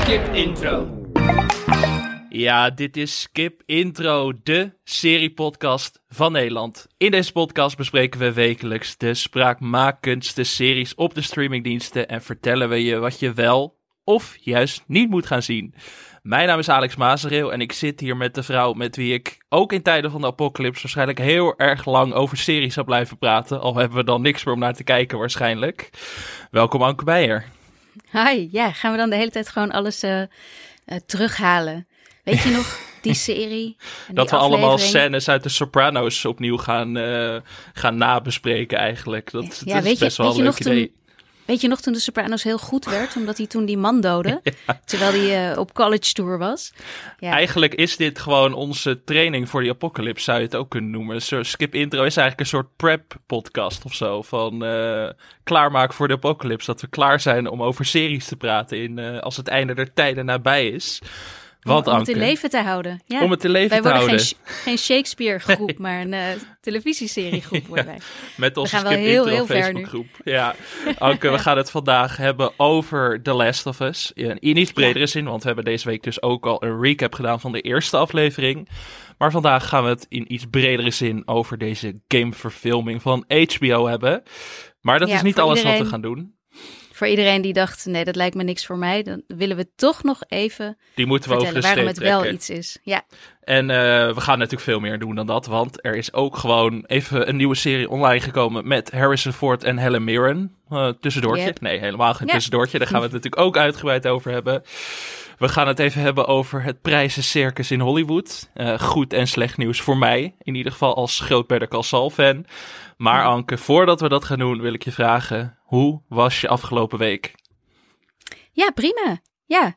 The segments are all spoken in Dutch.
Skip Intro. Ja, dit is Skip Intro, de seriepodcast van Nederland. In deze podcast bespreken we wekelijks de spraakmakendste series op de streamingdiensten en vertellen we je wat je wel of juist niet moet gaan zien. Mijn naam is Alex Mazereel en ik zit hier met de vrouw met wie ik ook in tijden van de apocalypse waarschijnlijk heel erg lang over series zou blijven praten. Al hebben we dan niks meer om naar te kijken waarschijnlijk. Welkom Anke Meijer. Hi, ja, gaan we dan de hele tijd gewoon alles terughalen? Weet je nog, die serie? Dat we allemaal scènes uit de Sopranos opnieuw gaan nabespreken eigenlijk. Dat is best wel een leuk idee. Weet je nog toen de Sopranos heel goed werd, omdat hij toen die man doodde, terwijl hij op college tour was? Ja. Eigenlijk is dit gewoon onze training voor die apocalypse, zou je het ook kunnen noemen. Skip Intro is eigenlijk een soort prep podcast of zo, van klaarmaken voor de apocalypse. Dat we klaar zijn om over series te praten als het einde der tijden nabij is. Om het in leven te houden. Ja. Om het in leven te houden. Wij worden geen Shakespeare-groep, maar een televisieseriegroep worden wij. Met onze Skip Intro Facebookgroep. Ja, Anke, we gaan het vandaag hebben over The Last of Us. In iets bredere zin, want we hebben deze week dus ook al een recap gedaan van de eerste aflevering. Maar vandaag gaan we het in iets bredere zin over deze gameverfilming van HBO hebben. Maar dat is niet alles wat we gaan doen. Voor iedereen die dacht, nee, dat lijkt me niks voor mij, dan willen we toch nog even die moeten we vertellen over de waarom het trekken. Wel iets is. Ja. En we gaan natuurlijk veel meer doen dan dat, want er is ook gewoon even een nieuwe serie online gekomen met Harrison Ford en Helen Mirren. Tussendoortje. Yep. Nee, helemaal geen tussendoortje. Daar gaan we het natuurlijk ook uitgebreid over hebben. We gaan het even hebben over het prijzencircus in Hollywood. Goed en slecht nieuws voor mij, in ieder geval als groot Better Call Saul fan. Maar Anke, voordat we dat gaan doen, wil ik je vragen, hoe was je afgelopen week? Ja, prima. Ja.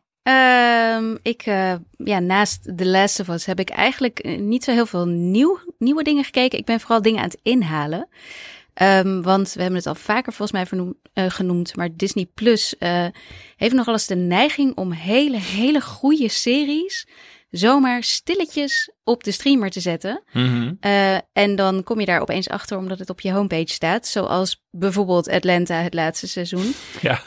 Naast The Last of Us heb ik eigenlijk niet zo heel veel nieuwe dingen gekeken. Ik ben vooral dingen aan het inhalen. Want we hebben het al vaker volgens mij genoemd, maar Disney Plus heeft nogal eens de neiging om hele goede series zomaar stilletjes op de streamer te zetten. Mm-hmm. En dan kom je daar opeens achter omdat het op je homepage staat. Zoals bijvoorbeeld Atlanta, het laatste seizoen. Ja.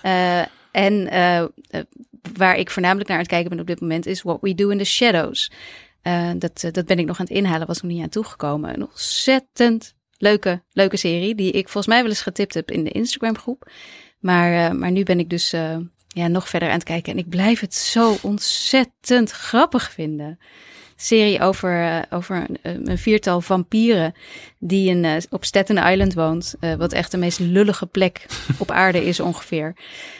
Waar ik voornamelijk naar aan het kijken ben op dit moment is What We Do in the Shadows. Dat ben ik nog aan het inhalen, was nog niet aan toegekomen. Een ontzettend leuke serie die ik volgens mij wel eens getipt heb in de Instagram groep. Maar nu ben ik dus nog verder aan het kijken. En ik blijf het zo ontzettend grappig vinden. Serie over een viertal vampieren die op Staten Island woont. Wat echt de meest lullige plek op aarde is ongeveer.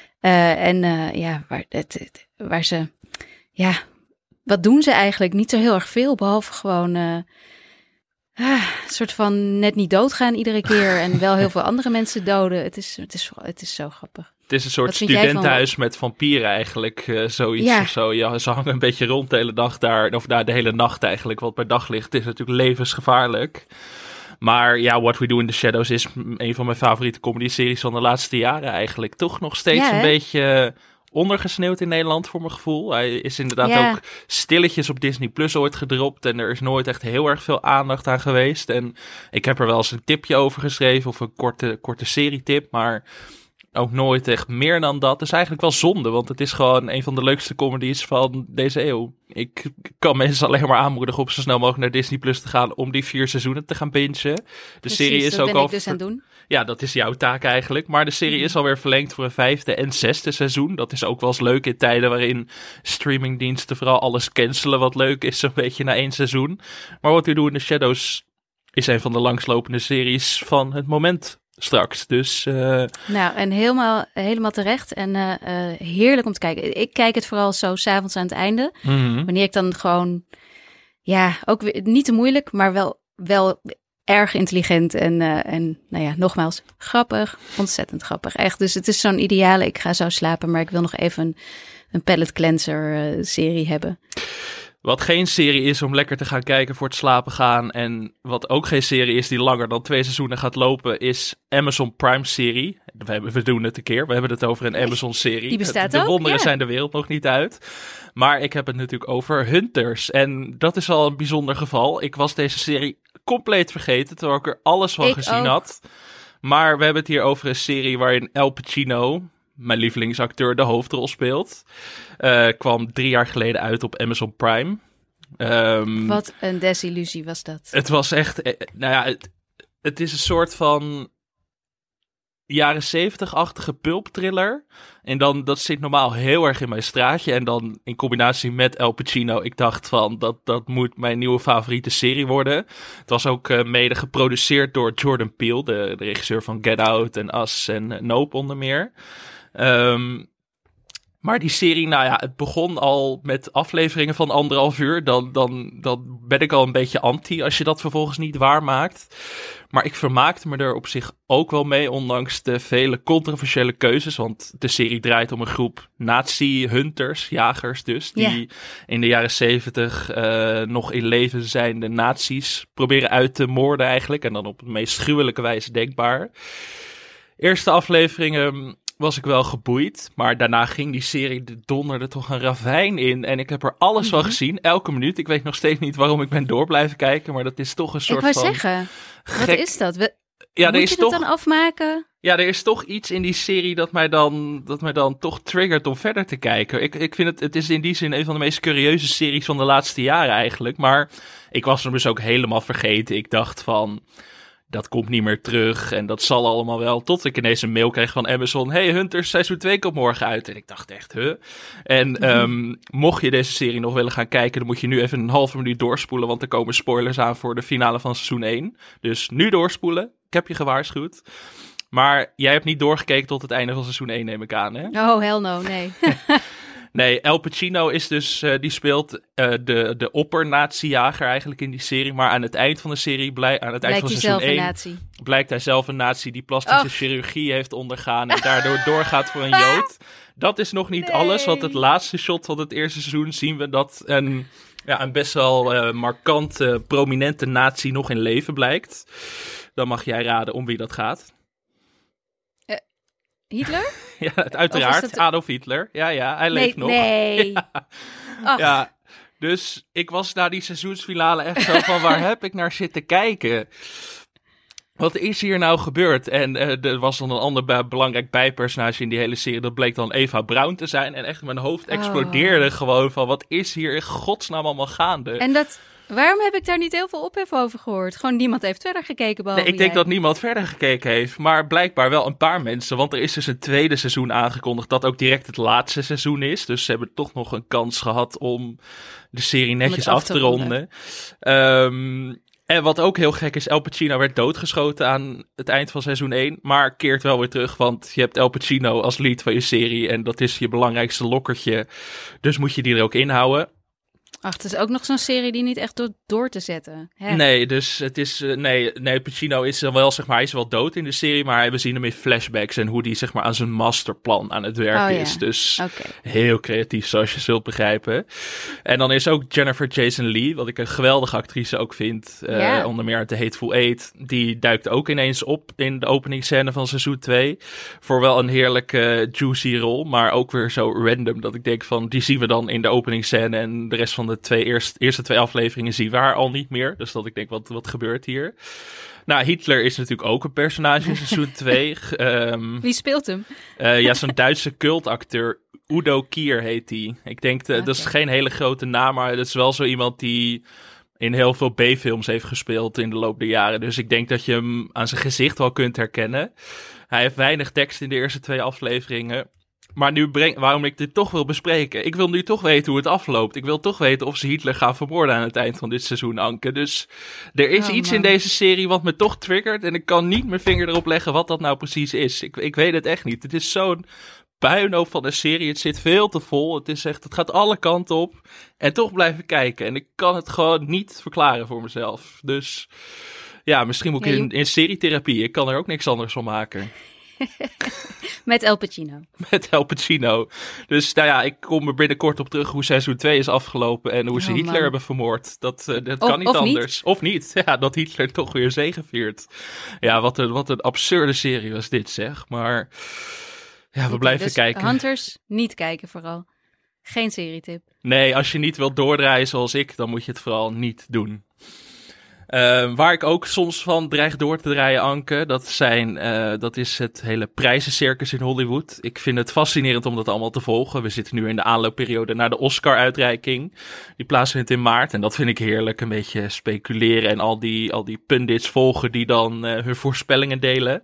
Waar ze... Ja, wat doen ze eigenlijk? Niet zo heel erg veel, behalve gewoon... een soort van net niet doodgaan iedere keer en wel heel veel andere mensen doden. Het is zo grappig. Het is een soort studentenhuis met vampieren eigenlijk, zoiets of zo. Ja, ze hangen een beetje rond de hele dag daar, of daar de hele nacht eigenlijk, want bij daglicht is natuurlijk levensgevaarlijk. Maar ja, What We Do in the Shadows is een van mijn favoriete comedy-series van de laatste jaren eigenlijk. Toch nog steeds een beetje ondergesneeuwd in Nederland voor mijn gevoel. Hij is inderdaad ook stilletjes op Disney Plus ooit gedropt en er is nooit echt heel erg veel aandacht aan geweest. En ik heb er wel eens een tipje over geschreven of een korte serietip, maar ook nooit echt meer dan dat. Dat is eigenlijk wel zonde, want het is gewoon een van de leukste comedies van deze eeuw. Ik kan mensen alleen maar aanmoedigen om zo snel mogelijk naar Disney Plus te gaan om die 4 seizoenen te gaan bingen. Precies, serie is ook al... ben ik dus aan het doen. Ja, dat is jouw taak eigenlijk. Maar de serie is alweer verlengd voor een 5e en 6e seizoen. Dat is ook wel eens leuk in tijden waarin streamingdiensten vooral alles cancelen wat leuk is, zo'n beetje na 1 seizoen. Maar What We Do in the Shadows is een van de langslopende series van het moment straks. Dus, Nou, en helemaal terecht en heerlijk om te kijken. Ik kijk het vooral zo 's avonds aan het einde. Mm-hmm. Wanneer ik dan gewoon, ook weer, niet te moeilijk, maar wel erg intelligent en nogmaals, grappig. Ontzettend grappig, echt. Dus het is zo'n ideale, ik ga zo slapen, maar ik wil nog even een palate cleanser serie hebben. Wat geen serie is om lekker te gaan kijken voor het slapen gaan. En wat ook geen serie is die langer dan 2 seizoenen gaat lopen, is Amazon Prime serie. We doen het een keer. We hebben het over een Amazon serie. Die bestaat ook. De wonderen zijn de wereld nog niet uit. Maar ik heb het natuurlijk over Hunters. En dat is al een bijzonder geval. Ik was deze serie compleet vergeten, terwijl ik er alles van gezien had. Maar we hebben het hier over een serie waarin Al Pacino mijn lievelingsacteur de hoofdrol speelt. Kwam 3 jaar geleden uit op Amazon Prime. Wat een desillusie was dat. Het was echt... Het is een soort van jaren 70-achtige pulp-thriller. En dan, dat zit normaal heel erg in mijn straatje. En dan in combinatie met Al Pacino, ik dacht van, dat moet mijn nieuwe favoriete serie worden. Het was ook mede geproduceerd door Jordan Peele, de regisseur van Get Out en Us en Nope onder meer. Maar die serie, het begon al met afleveringen van 1,5 uur. Dan ben ik al een beetje anti als je dat vervolgens niet waarmaakt. Maar ik vermaakte me er op zich ook wel mee, ondanks de vele controversiële keuzes. Want de serie draait om een groep nazi-hunters, jagers dus, die in de jaren 70 nog in leven zijnde nazi's proberen uit te moorden eigenlijk. En dan op de meest gruwelijke wijze denkbaar. Eerste afleveringen was ik wel geboeid, maar daarna ging die serie, donderde toch een ravijn in. En ik heb er alles van gezien, elke minuut. Ik weet nog steeds niet waarom ik ben door blijven kijken, maar dat is toch een soort van... Ik wou zeggen, gek... wat is dat? Moet je het dan afmaken? Ja, er is toch iets in die serie dat mij dan toch triggert om verder te kijken. Ik vind het is in die zin een van de meest curieuze series van de laatste jaren eigenlijk. Maar ik was hem dus ook helemaal vergeten. Ik dacht van, dat komt niet meer terug en dat zal allemaal wel. Tot ik ineens een mail kreeg van Amazon. Hey Hunters, seizoen 2 komt morgen uit. En ik dacht echt, huh? En mocht je deze serie nog willen gaan kijken, dan moet je nu even een halve minuut doorspoelen. Want er komen spoilers aan voor de finale van seizoen 1. Dus nu doorspoelen. Ik heb je gewaarschuwd. Maar jij hebt niet doorgekeken tot het einde van seizoen 1, neem ik aan, hè? Oh, hell no, nee. Nee, Al Pacino is dus, die speelt de opper-nazi-jager eigenlijk in die serie. Maar aan het eind van de serie, aan het eind van seizoen 1, blijkt hij zelf een nazi die plastische chirurgie heeft ondergaan en daardoor doorgaat voor een Jood. Dat is nog niet alles, want het laatste shot van het eerste seizoen zien we dat een best wel markante, prominente nazi nog in leven blijkt. Dan mag jij raden om wie dat gaat. Hitler? Ja, uiteraard. Adolf Hitler. Ja, hij leeft nog. Nee. Ja, dus ik was na die seizoensfinale echt zo van, waar heb ik naar zitten kijken? Wat is hier nou gebeurd? En er was dan een ander belangrijk bijpersonage in die hele serie. Dat bleek dan Eva Braun te zijn. En echt mijn hoofd explodeerde gewoon van, wat is hier in godsnaam allemaal gaande? En waarom heb ik daar niet heel veel ophef over gehoord? Gewoon niemand heeft verder gekeken behalve ik denk dat niemand verder gekeken heeft. Maar blijkbaar wel een paar mensen. Want er is dus een tweede seizoen aangekondigd dat ook direct het laatste seizoen is. Dus ze hebben toch nog een kans gehad om de serie netjes af te ronden. En wat ook heel gek is, Al Pacino werd doodgeschoten aan het eind van seizoen 1. Maar keert wel weer terug, want je hebt Al Pacino als lead van je serie. En dat is je belangrijkste lokkertje. Dus moet je die er ook inhouden. Ach, het is ook nog zo'n serie die niet echt door te zetten. Hè? Nee, dus het is... Nee, Pacino is wel, zeg maar, hij is wel dood in de serie, maar we zien hem in flashbacks en hoe die, zeg maar, aan zijn masterplan aan het werken is. Dus heel creatief, zoals je zult begrijpen. En dan is ook Jennifer Jason Leigh, wat ik een geweldige actrice ook vind, onder meer uit The Hateful Eight. Die duikt ook ineens op in de openingsscène van seizoen 2. Voor wel een heerlijke juicy rol, maar ook weer zo random dat ik denk van, die zien we dan in de openingsscène en de rest van de eerste 2 afleveringen zien we haar al niet meer. Dus dat ik denk, wat gebeurt hier? Nou, Hitler is natuurlijk ook een personage in seizoen 2. Wie speelt hem? Zo'n Duitse cultacteur. Udo Kier heet hij. Ik denk, dat is geen hele grote naam, maar dat is wel zo iemand die in heel veel B-films heeft gespeeld in de loop der jaren. Dus ik denk dat je hem aan zijn gezicht wel kunt herkennen. Hij heeft weinig tekst in de eerste 2 afleveringen. Maar waarom ik dit toch wil bespreken. Ik wil nu toch weten hoe het afloopt. Ik wil toch weten of ze Hitler gaan vermoorden aan het eind van dit seizoen, Anke. Dus er is iets in deze serie wat me toch triggert. En ik kan niet mijn vinger erop leggen wat dat nou precies is. Ik weet het echt niet. Het is zo'n puinhoop van een serie. Het zit veel te vol. Het gaat alle kanten op. En toch blijven kijken. En ik kan het gewoon niet verklaren voor mezelf. Dus ja, misschien moet ik in serietherapie. Ik kan er ook niks anders van maken. Met Al Pacino. Met Al Pacino. Dus ik kom er binnenkort op terug hoe seizoen 2 is afgelopen en hoe ze Hitler hebben vermoord. Dat kan niet anders. Of niet. Ja, dat Hitler toch weer zegeviert. Ja, wat een absurde serie was dit, zeg. Maar ja, we blijven kijken. Hunters, niet kijken vooral. Geen serietip. Nee, als je niet wilt doordraaien zoals ik, dan moet je het vooral niet doen. Waar ik ook soms van dreig door te draaien, Anke, dat is het hele prijzencircus in Hollywood. Ik vind het fascinerend om dat allemaal te volgen. We zitten nu in de aanloopperiode naar de Oscar-uitreiking. Die plaatsvindt in maart en dat vind ik heerlijk. Een beetje speculeren en al die pundits volgen die dan hun voorspellingen delen.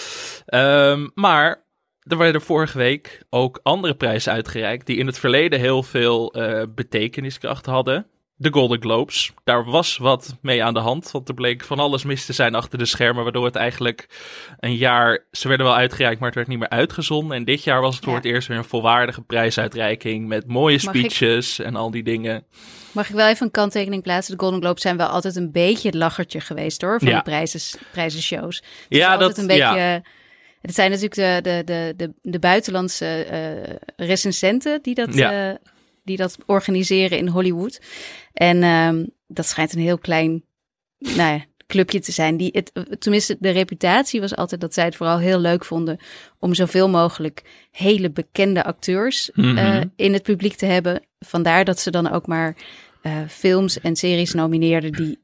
Maar er werden vorige week ook andere prijzen uitgereikt die in het verleden heel veel betekeniskracht hadden. De Golden Globes. Daar was wat mee aan de hand, want er bleek van alles mis te zijn achter de schermen, waardoor het eigenlijk een jaar, ze werden wel uitgereikt, maar het werd niet meer uitgezonden. En dit jaar was het voor het eerst weer een volwaardige prijsuitreiking met mooie speeches en al die dingen. Mag ik wel even een kanttekening plaatsen? De Golden Globes zijn wel altijd een beetje het lachertje geweest hoor, van de prijzenshows. Het is altijd een beetje... Ja. Het zijn natuurlijk de buitenlandse recensenten die dat organiseren in Hollywood. En dat schijnt een heel klein clubje te zijn. Tenminste, de reputatie was altijd dat zij het vooral heel leuk vonden om zoveel mogelijk hele bekende acteurs in het publiek te hebben. Vandaar dat ze dan ook maar films en series nomineerden die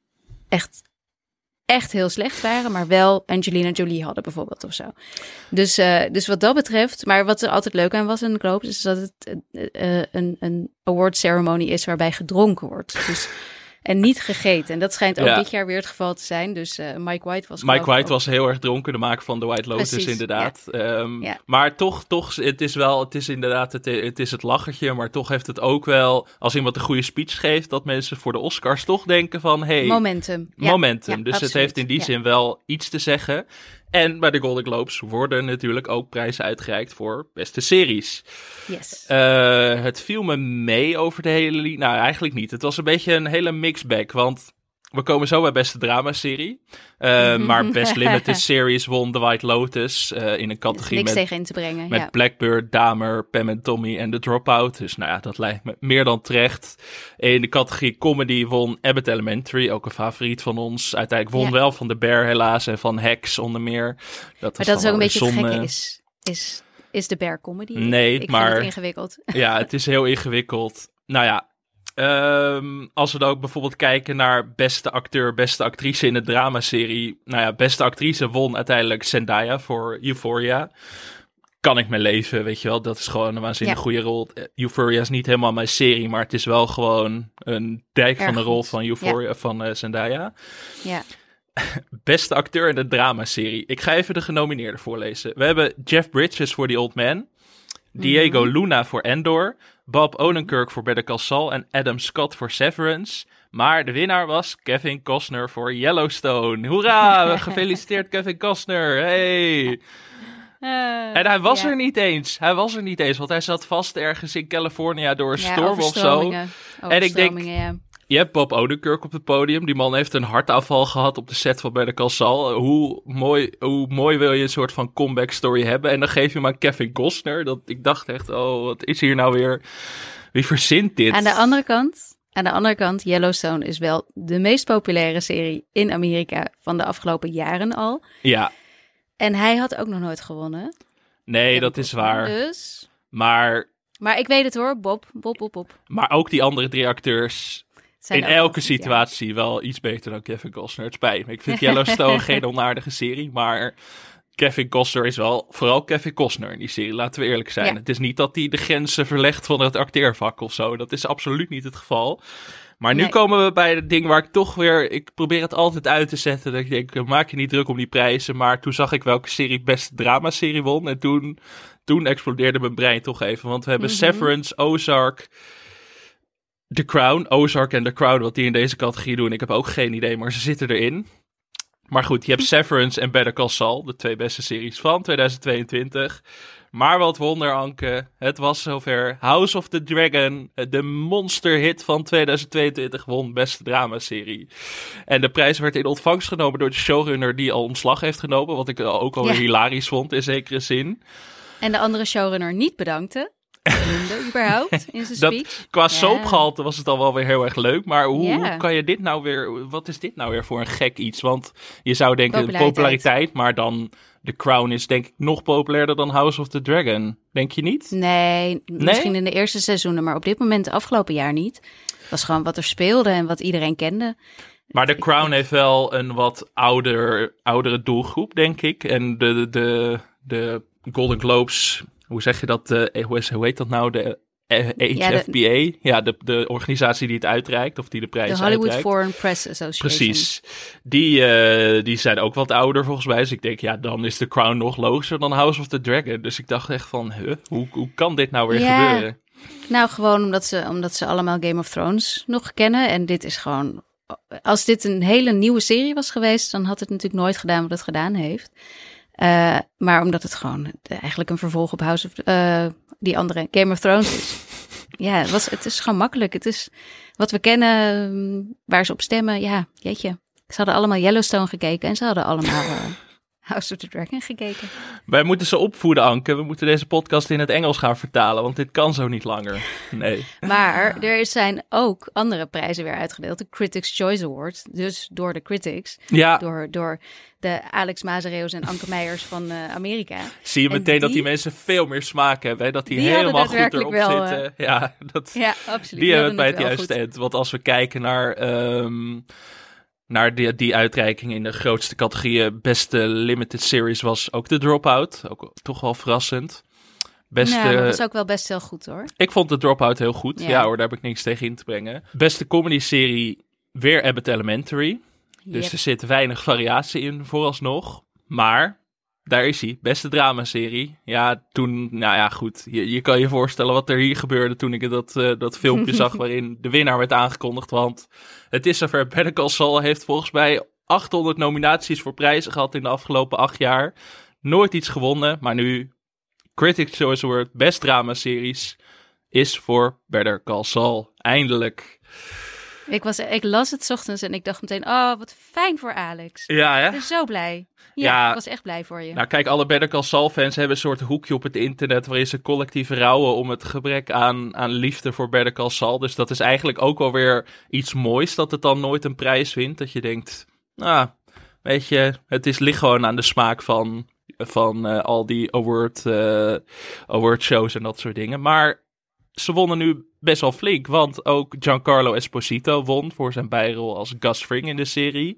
echt heel slecht waren, maar wel Angelina Jolie hadden bijvoorbeeld of zo. Dus wat dat betreft, maar wat er altijd leuk aan was in de Globes, is dat het een award ceremony is waarbij gedronken wordt. Dus, en niet gegeten. En dat schijnt ook dit jaar weer het geval te zijn. Dus Mike White was heel erg dronken, de maker van The White Lotus. Precies, inderdaad. Ja. Maar toch, het is inderdaad, het is het lachertje, maar toch heeft het ook wel, als iemand een goede speech geeft, dat mensen voor de Oscars toch denken van, momentum. Ja, dus absoluut. Het heeft in die zin wel iets te zeggen. En bij de Golden Globes worden natuurlijk ook prijzen uitgereikt voor beste series. Yes. Het viel me mee over de hele... Nou, eigenlijk niet. Het was een beetje een hele mixed bag, want we komen zo bij beste dramaserie. Maar Best Limited Series won The White Lotus in een categorie niks tegen in te brengen. Met Blackbird, Dahmer, Pam and Tommy en The Dropout. Dus nou ja, dat lijkt me meer dan terecht. In de categorie comedy won Abbott Elementary, ook een favoriet van ons. Uiteindelijk won wel van The Bear helaas en van Hacks onder meer. Maar dat is ook een beetje het gekke is The Bear comedy? Nee, ik maar... vind het ingewikkeld. Ja, het is heel ingewikkeld. Nou ja. Als we dan ook bijvoorbeeld kijken naar beste acteur, beste actrice in een dramaserie. Nou ja, beste actrice won uiteindelijk Zendaya voor Euphoria. Kan ik mee leven, weet je wel. Dat is gewoon een waanzinnig goede rol. Euphoria is niet helemaal mijn serie, maar het is wel gewoon een dijk van de rol van Euphoria van Zendaya. Ja. Beste acteur in de dramaserie. Ik ga even de genomineerden voorlezen. We hebben Jeff Bridges voor The Old Man. Diego Luna voor Andor, Bob Odenkirk voor Better Call Saul en Adam Scott voor Severance. Maar de winnaar was Kevin Costner voor Yellowstone. Hoera, gefeliciteerd Kevin Costner. Hey. En hij was er niet eens. Want hij zat vast ergens in California door een storm of zo. En ik denk, je hebt Bob Odenkirk op het podium. Die man heeft een hartaanval gehad op de set van Better Call Saul. Hoe mooi wil je een soort van comeback story hebben? En dan geef je maar Kevin Costner. Ik dacht echt, wat is hier nou weer? Wie verzint dit? Aan de andere kant, Yellowstone is wel de meest populaire serie in Amerika van de afgelopen jaren al. Ja. En hij had ook nog nooit gewonnen. Nee, dat is waar. Dus... Maar ik weet het hoor, Bob. Maar ook die andere 3 acteurs... in elke situatie wel iets beter dan Kevin Costner. Het spijt me. Ik vind Yellowstone geen onaardige serie, maar Kevin Costner is wel vooral Kevin Costner in die serie. Laten we eerlijk zijn. Ja. Het is niet dat hij de grenzen verlegt van het acteervak of zo. Dat is absoluut niet het geval. Maar nu komen we bij het ding waar ik toch weer... Ik probeer het altijd uit te zetten. Dat ik denk, maak je niet druk om die prijzen. Maar toen zag ik welke serie beste dramaserie won. En toen explodeerde mijn brein toch even. Want we hebben Severance, Ozark... The Crown, Ozark en The Crown, wat die in deze categorie doen. Ik heb ook geen idee, maar ze zitten erin. Maar goed, je hebt Severance en Better Call Saul, de 2 beste series van 2022. Maar wat wonder, Anke, het was zover. House of the Dragon, de monsterhit van 2022, won beste dramaserie. En de prijs werd in ontvangst genomen door de showrunner die al ontslag heeft genomen. Wat ik ook alweer hilarisch vond, in zekere zin. En de andere showrunner niet bedankte. Überhaupt in zijn speech. Qua soapgehalte was het al wel weer heel erg leuk. Maar hoe kan je dit nou weer... Wat is dit nou weer voor een gek iets? Want je zou denken populariteit, maar dan... The Crown is denk ik nog populairder dan House of the Dragon. Denk je niet? Nee, misschien in de eerste seizoenen, maar op dit moment, afgelopen jaar niet. Het was gewoon wat er speelde en wat iedereen kende. Maar The Crown heeft wel een wat oudere doelgroep, denk ik. En de Golden Globes, hoe zeg je dat? Hoe heet dat nou? De HFPA, de organisatie die het uitreikt, of die de prijs uitreikt. De Hollywood Foreign Press Association. Precies. Die zijn ook wat ouder volgens mij. Dus ik denk, dan is The Crown nog logischer dan House of the Dragon. Dus ik dacht echt van, hoe kan dit nou weer gebeuren? Nou, gewoon omdat ze allemaal Game of Thrones nog kennen. En dit is gewoon... Als dit een hele nieuwe serie was geweest, dan had het natuurlijk nooit gedaan wat het gedaan heeft. Maar omdat het gewoon eigenlijk een vervolg op House of... die andere Game of Thrones is. Ja, het is gewoon makkelijk. Het is wat we kennen, waar ze op stemmen. Ja, jeetje. Ze hadden allemaal Yellowstone gekeken en ze hadden allemaal House of the Dragon gekeken. Wij moeten ze opvoeden, Anke. We moeten deze podcast in het Engels gaan vertalen, want dit kan zo niet langer. Nee. Maar er zijn ook andere prijzen weer uitgedeeld. De Critics' Choice Award, dus door de critics. Ja. Door de Alex Mazereus en Anke Meijers van Amerika. Zie je meteen dat die mensen veel meer smaak hebben. Hè? Dat die helemaal goed erop zitten. Ja, absoluut. Die hebben het bij het juiste eind. Want als we kijken naar die uitreiking in de grootste categorieën, beste limited series, was ook The Dropout. Ook toch wel verrassend. Maar dat was ook wel best heel goed, hoor. Ik vond The Dropout heel goed. Ja hoor, daar heb ik niks tegen in te brengen. Beste comedy-serie, weer Abbott Elementary. Dus er zit weinig variatie in vooralsnog. Maar daar is hij. Beste dramaserie. Ja, toen, goed. Je kan je voorstellen wat er hier gebeurde toen ik dat filmpje zag waarin de winnaar werd aangekondigd. Want het is zover. Better Call Saul heeft volgens mij 800 nominaties voor prijzen gehad in de afgelopen 8 jaar. Nooit iets gewonnen. Maar nu, Critics' Choice Award, best dramaseries, is voor Better Call Saul. Eindelijk. Ik las het 's ochtends en ik dacht meteen, oh, wat fijn voor Alex. Ja, hè? Ik ben zo blij. Ja, ik was echt blij voor je. Nou, kijk, alle Better Call Saul fans hebben een soort hoekje op het internet waarin ze collectief rouwen om het gebrek aan liefde voor Better Call Saul. Dus dat is eigenlijk ook wel weer iets moois dat het dan nooit een prijs wint. Dat je denkt, weet je, ligt gewoon aan de smaak van al die award shows en dat soort dingen. Maar ze wonnen nu best wel flink, want ook Giancarlo Esposito won voor zijn bijrol als Gus Fring in de serie.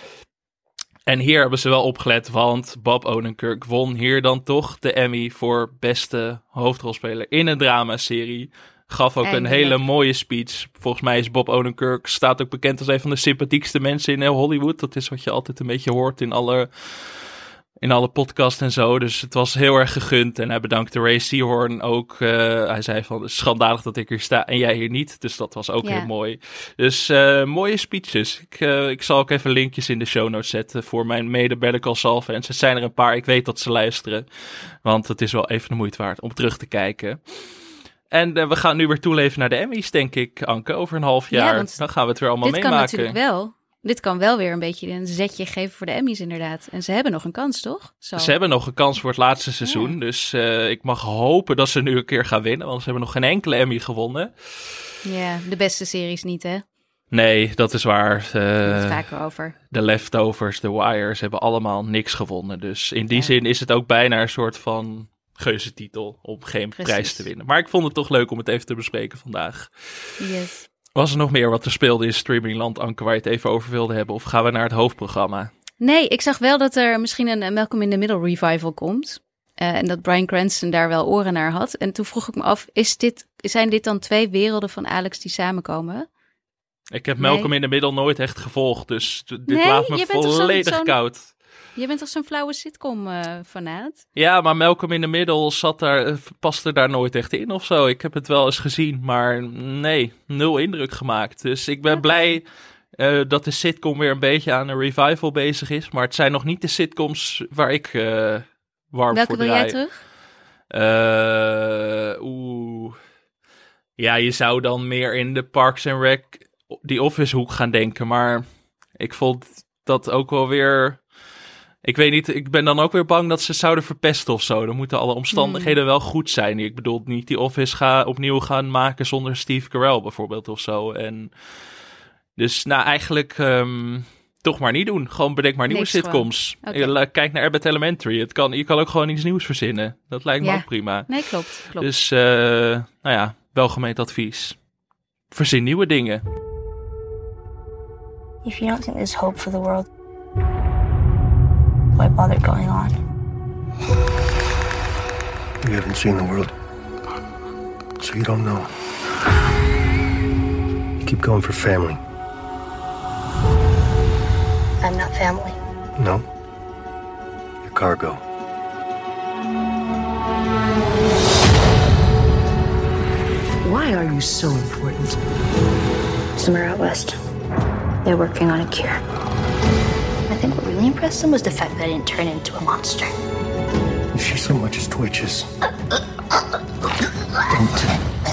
En hier hebben ze wel opgelet, want Bob Odenkirk won hier dan toch de Emmy voor beste hoofdrolspeler in een dramaserie. Gaf ook een hele mooie speech. Volgens mij is Bob Odenkirk, staat ook bekend als een van de sympathiekste mensen in heel Hollywood. Dat is wat je altijd een beetje hoort in alle podcasts en zo. Dus het was heel erg gegund. En hij bedankte Ray Seahorn ook. Hij zei van, schandalig dat ik hier sta en jij hier niet. Dus dat was ook heel mooi. Dus mooie speeches. Ik zal ook even linkjes in de show notes zetten voor mijn mede Better Call Saul fans. Het zijn er een paar. Ik weet dat ze luisteren. Want het is wel even de moeite waard om terug te kijken. En we gaan nu weer toeleven naar de Emmys, denk ik, Anke. Over een half jaar. Dan gaan we het weer allemaal meemaken. Dit kan natuurlijk wel. Dit kan wel weer een beetje een zetje geven voor de Emmys, inderdaad. En ze hebben nog een kans, toch? Ze hebben nog een kans voor het laatste seizoen. Ja. Dus ik mag hopen dat ze nu een keer gaan winnen. Want ze hebben nog geen enkele Emmy gewonnen. Ja, de beste series niet, hè? Nee, dat is waar. Het vaker over. De Leftovers, The Wire, ze hebben allemaal niks gewonnen. Dus in die zin is het ook bijna een soort van geuzetitel om geen prijs te winnen. Maar ik vond het toch leuk om het even te bespreken vandaag. Yes. Was er nog meer wat er speelde in streamingland, Anke, waar je het even over wilde hebben? Of gaan we naar het hoofdprogramma? Nee, ik zag wel dat er misschien een Malcolm in the Middle revival komt. En dat Bryan Cranston daar wel oren naar had. En toen vroeg ik me af, zijn dit dan 2 werelden van Anakin die samenkomen? Ik heb Malcolm in the Middle nooit echt gevolgd, dus dit laat me volledig koud. Je bent toch zo'n flauwe sitcom-fanaat? Ja, maar Malcolm in the Middle paste daar nooit echt in of zo. Ik heb het wel eens gezien, maar nee, 0 indruk gemaakt. Dus ik ben blij dat de sitcom weer een beetje aan een revival bezig is. Maar het zijn nog niet de sitcoms waar ik warm Welke voor wil draai. jij terug? Ja, je zou dan meer in de Parks and Rec, die Office hoek gaan denken. Maar ik vond dat ook wel weer... Ik weet niet, ik ben dan ook weer bang dat ze zouden verpesten of zo. Dan moeten alle omstandigheden wel goed zijn. Ik bedoel niet die Office opnieuw gaan maken zonder Steve Carell bijvoorbeeld of zo. En dus eigenlijk toch maar niet doen. Gewoon bedenk maar nieuwe sitcoms. Okay. Kijk naar Abbott Elementary. Je kan ook gewoon iets nieuws verzinnen. Dat lijkt me ook prima. Nee, klopt. Dus welgemeend advies. Verzin nieuwe dingen. If you don't think there's hope for the world, why bother going on? You haven't seen the world, so you don't know. You keep going for family. I'm not family. No. You're cargo. Why are you so important? Somewhere out west, they're working on a cure. I think what really impressed them was the fact that I didn't turn into a monster. If she so much as twitches, don't.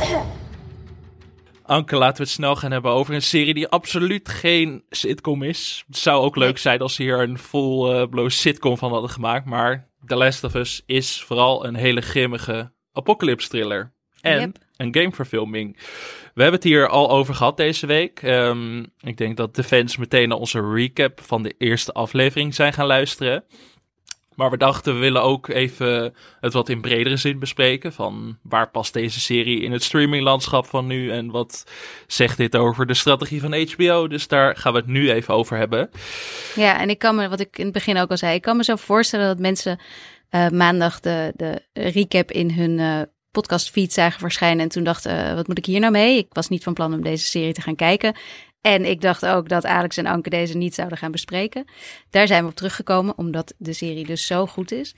Anke, laten we het snel gaan hebben over een serie die absoluut geen sitcom is. Het zou ook leuk zijn als ze hier een full-blown sitcom van hadden gemaakt. Maar The Last of Us is vooral een hele grimmige apocalypse thriller. En een gameverfilming. We hebben het hier al over gehad deze week. Ik denk dat de fans meteen naar onze recap van de eerste aflevering zijn gaan luisteren. Maar we dachten, we willen ook even het wat in bredere zin bespreken. Van waar past deze serie in het streaminglandschap van nu? En wat zegt dit over de strategie van HBO? Dus daar gaan we het nu even over hebben. Ja, en ik kan me, wat ik in het begin ook al zei, ik kan me zo voorstellen dat mensen maandag de recap in hun podcastfeed zagen verschijnen. En toen dachten, wat moet ik hier nou mee? Ik was niet van plan om deze serie te gaan kijken. En ik dacht ook dat Alex en Anke deze niet zouden gaan bespreken. Daar zijn we op teruggekomen, omdat de serie dus zo goed is.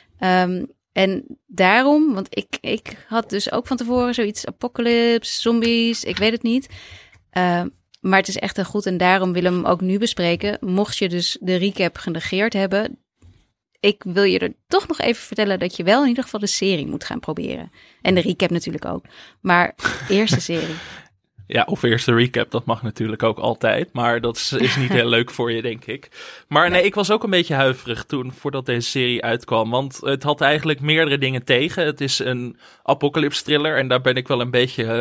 En daarom, want ik had dus ook van tevoren zoiets apocalypse, zombies, ik weet het niet. Maar het is echt heel goed en daarom willen we hem ook nu bespreken. Mocht je dus de recap genegeerd hebben, ik wil je er toch nog even vertellen dat je wel in ieder geval de serie moet gaan proberen. En de recap natuurlijk ook. Maar eerst de serie. Ja, of eerst de recap, dat mag natuurlijk ook altijd. Maar dat is niet heel leuk voor je, denk ik. Maar nee, ik was ook een beetje huiverig toen, voordat deze serie uitkwam. Want het had eigenlijk meerdere dingen tegen. Het is een apocalypse thriller en daar ben ik wel een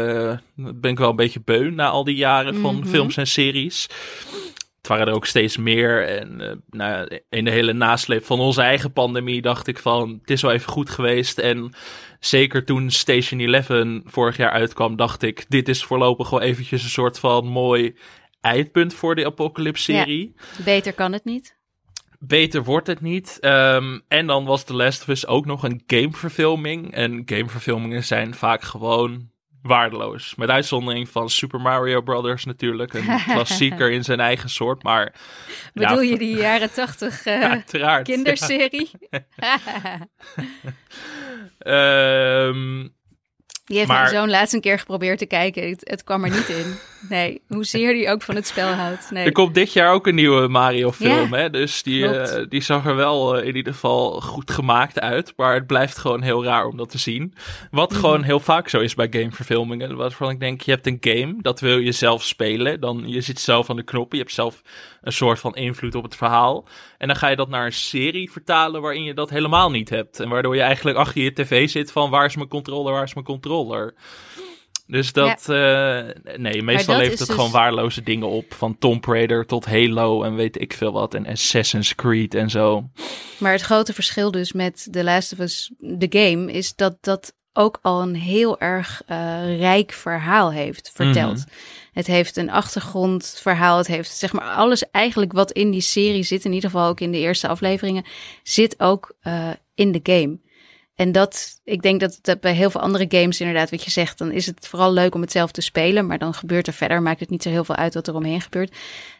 beetje beu na al die jaren van films en series. Het waren er ook steeds meer. En in de hele nasleep van onze eigen pandemie dacht ik van, het is wel even goed geweest. En zeker toen Station 11 vorig jaar uitkwam, dacht ik, dit is voorlopig wel eventjes een soort van mooi eindpunt voor de Apocalypse-serie. Ja, beter kan het niet. Beter wordt het niet. En dan was The Last of Us ook nog een gameverfilming. En gameverfilmingen zijn vaak gewoon waardeloos. Met uitzondering van Super Mario Brothers natuurlijk. Een klassieker in zijn eigen soort. Maar bedoel je die jaren 80 kinderserie? Die heeft mijn zoon laatst een keer geprobeerd te kijken. Het kwam er niet in. Nee, hoezeer die ook van het spel houdt. Nee. Er komt dit jaar ook een nieuwe Mario film. Hè? Dus die zag er wel in ieder geval goed gemaakt uit. Maar het blijft gewoon heel raar om dat te zien. Wat gewoon heel vaak zo is bij gameverfilmingen. Waarvan ik denk, je hebt een game, dat wil je zelf spelen. Je zit zelf aan de knoppen. Je hebt zelf een soort van invloed op het verhaal. En dan ga je dat naar een serie vertalen waarin je dat helemaal niet hebt. En waardoor je eigenlijk achter je tv zit van, waar is mijn controller, waar is mijn controller? Dus dat, meestal levert het dus gewoon waardeloze dingen op. Van Tomb Raider tot Halo en weet ik veel wat. En Assassin's Creed en zo. Maar het grote verschil dus met The Last of Us, de game, is dat ook al een heel erg rijk verhaal heeft verteld. Het heeft een achtergrondverhaal. Het heeft zeg maar alles eigenlijk wat in die serie zit, in ieder geval ook in de eerste afleveringen, zit ook in de game. En ik denk dat bij heel veel andere games inderdaad, wat je zegt, dan is het vooral leuk om het zelf te spelen, maar dan gebeurt er verder, maakt het niet zo heel veel uit wat er omheen gebeurt.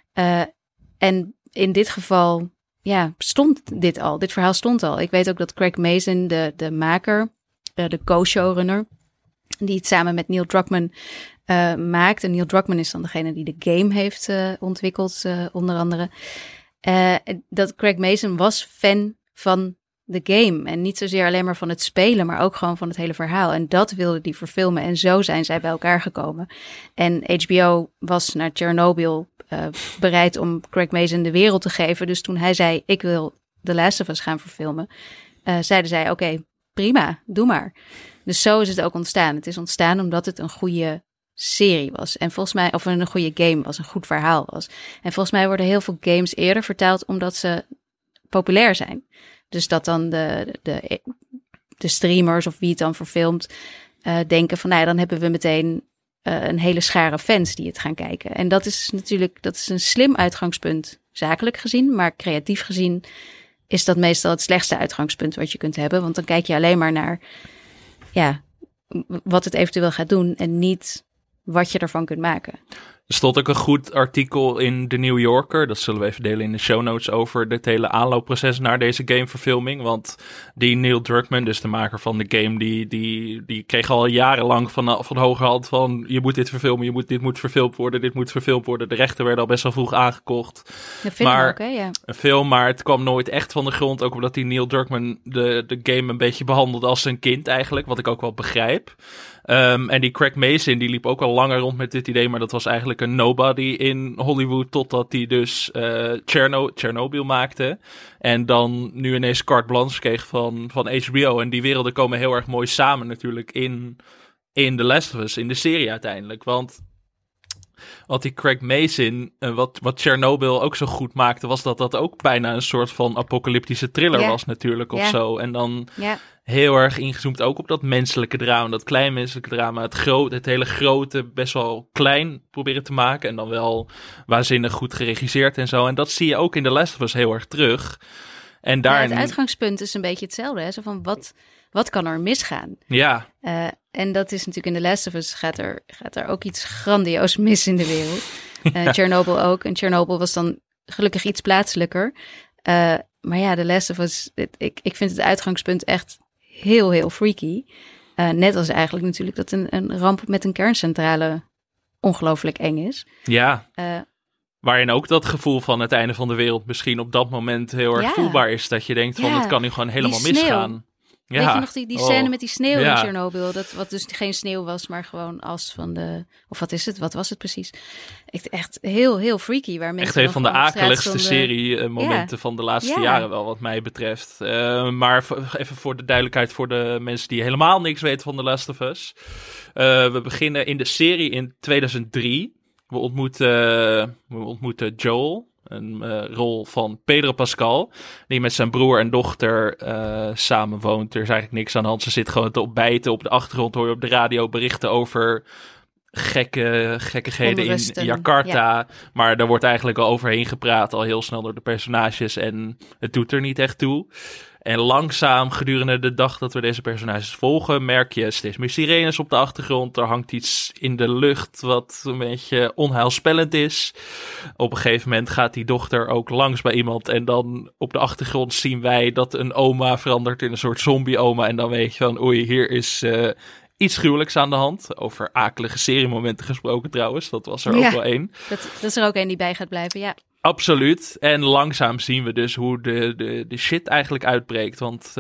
En in dit geval, stond dit al. Dit verhaal stond al. Ik weet ook dat Craig Mazin, de maker, de co-showrunner, die het samen met Neil Druckmann maakt. En Neil Druckmann is dan degene die de game heeft ontwikkeld, onder andere. Dat Craig Mazin was fan van de game. En niet zozeer alleen maar van het spelen, maar ook gewoon van het hele verhaal. En dat wilde die verfilmen. En zo zijn zij bij elkaar gekomen. En HBO was naar Chernobyl bereid om Craig Mazin de wereld te geven. Dus toen hij zei, ik wil The Last of Us gaan verfilmen, zeiden zij, oké, prima, doe maar. Dus zo is het ook ontstaan. Het is ontstaan omdat het een goede serie was. En volgens mij, of een goede game was, een goed verhaal was. En volgens mij worden heel veel games eerder vertaald omdat ze populair zijn. Dus dat dan de streamers of wie het dan verfilmt denken van, dan hebben we meteen een hele schare fans die het gaan kijken. En dat is een slim uitgangspunt, zakelijk gezien. Maar creatief gezien is dat meestal het slechtste uitgangspunt wat je kunt hebben. Want dan kijk je alleen maar naar wat het eventueel gaat doen en niet wat je ervan kunt maken. Er stond ook een goed artikel in The New Yorker. Dat zullen we even delen in de show notes over het hele aanloopproces naar deze gameverfilming. Want die Neil Druckmann, dus de maker van de game, die kreeg al jarenlang van hoge hand van je moet dit verfilmen, dit moet verfilmd worden, dit moet verfilmd worden. De rechten werden al best wel vroeg aangekocht. De film ook, hè? Ja. Een film, maar het kwam nooit echt van de grond. Ook omdat die Neil Druckmann de game een beetje behandelde als zijn kind eigenlijk, wat ik ook wel begrijp. En die Craig Mazin, die liep ook al langer rond met dit idee, maar dat was eigenlijk een nobody in Hollywood, totdat hij dus Chernobyl maakte. En dan nu ineens carte blanche kreeg van HBO. En die werelden komen heel erg mooi samen natuurlijk in The Last of Us, in de serie uiteindelijk. Want wat die Craig Mazin, wat Chernobyl ook zo goed maakte, was dat ook bijna een soort van apocalyptische thriller was natuurlijk, of zo. En dan heel erg ingezoomd ook op dat menselijke drama, dat klein menselijke drama, het hele grote best wel klein proberen te maken en dan wel waanzinnig goed geregisseerd en zo. En dat zie je ook in The Last of Us heel erg terug. En daarin... het uitgangspunt is een beetje hetzelfde, hè? Zo van wat kan er misgaan? Ja. En dat is natuurlijk in The Last of Us gaat er ook iets grandioos mis in de wereld. Chernobyl ook. En Chernobyl was dan gelukkig iets plaatselijker. Maar ja, The Last of Us, ik vind het uitgangspunt echt heel, heel freaky. Net als eigenlijk natuurlijk dat een ramp met een kerncentrale ongelooflijk eng is. Ja. Waarin ook dat gevoel van het einde van de wereld misschien op dat moment heel erg voelbaar is. Dat je denkt van het kan nu gewoon helemaal misgaan. Ja. Weet je nog die scène met die sneeuw in Chernobyl? Wat dus geen sneeuw was, maar gewoon as van de... Of wat is het? Wat was het precies? Echt heel, heel freaky. Waar mensen echt een van de akeligste serie-momenten van de laatste jaren wel, wat mij betreft. Maar even voor de duidelijkheid voor de mensen die helemaal niks weten van The Last of Us. We beginnen in de serie in 2003. We ontmoeten Joel. Een rol van Pedro Pascal, die met zijn broer en dochter samen woont. Er is eigenlijk niks aan de hand. Ze zit gewoon te ontbijten. Op de achtergrond hoor je op de radio berichten over gekkigheden in Jakarta. Ja. Maar daar wordt eigenlijk al overheen gepraat, al heel snel door de personages. En het doet er niet echt toe. En langzaam gedurende de dag dat we deze personages volgen, merk je steeds meer sirenes op de achtergrond. Er hangt iets in de lucht wat een beetje onheilspellend is. Op een gegeven moment gaat die dochter ook langs bij iemand. En dan op de achtergrond zien wij dat een oma verandert in een soort zombie-oma. En dan weet je van, oei, hier is iets gruwelijks aan de hand. Over akelige seriemomenten gesproken trouwens. Dat was er ook wel één. Dat is er ook één die bij gaat blijven, ja. Absoluut. En langzaam zien we dus hoe de shit eigenlijk uitbreekt. Want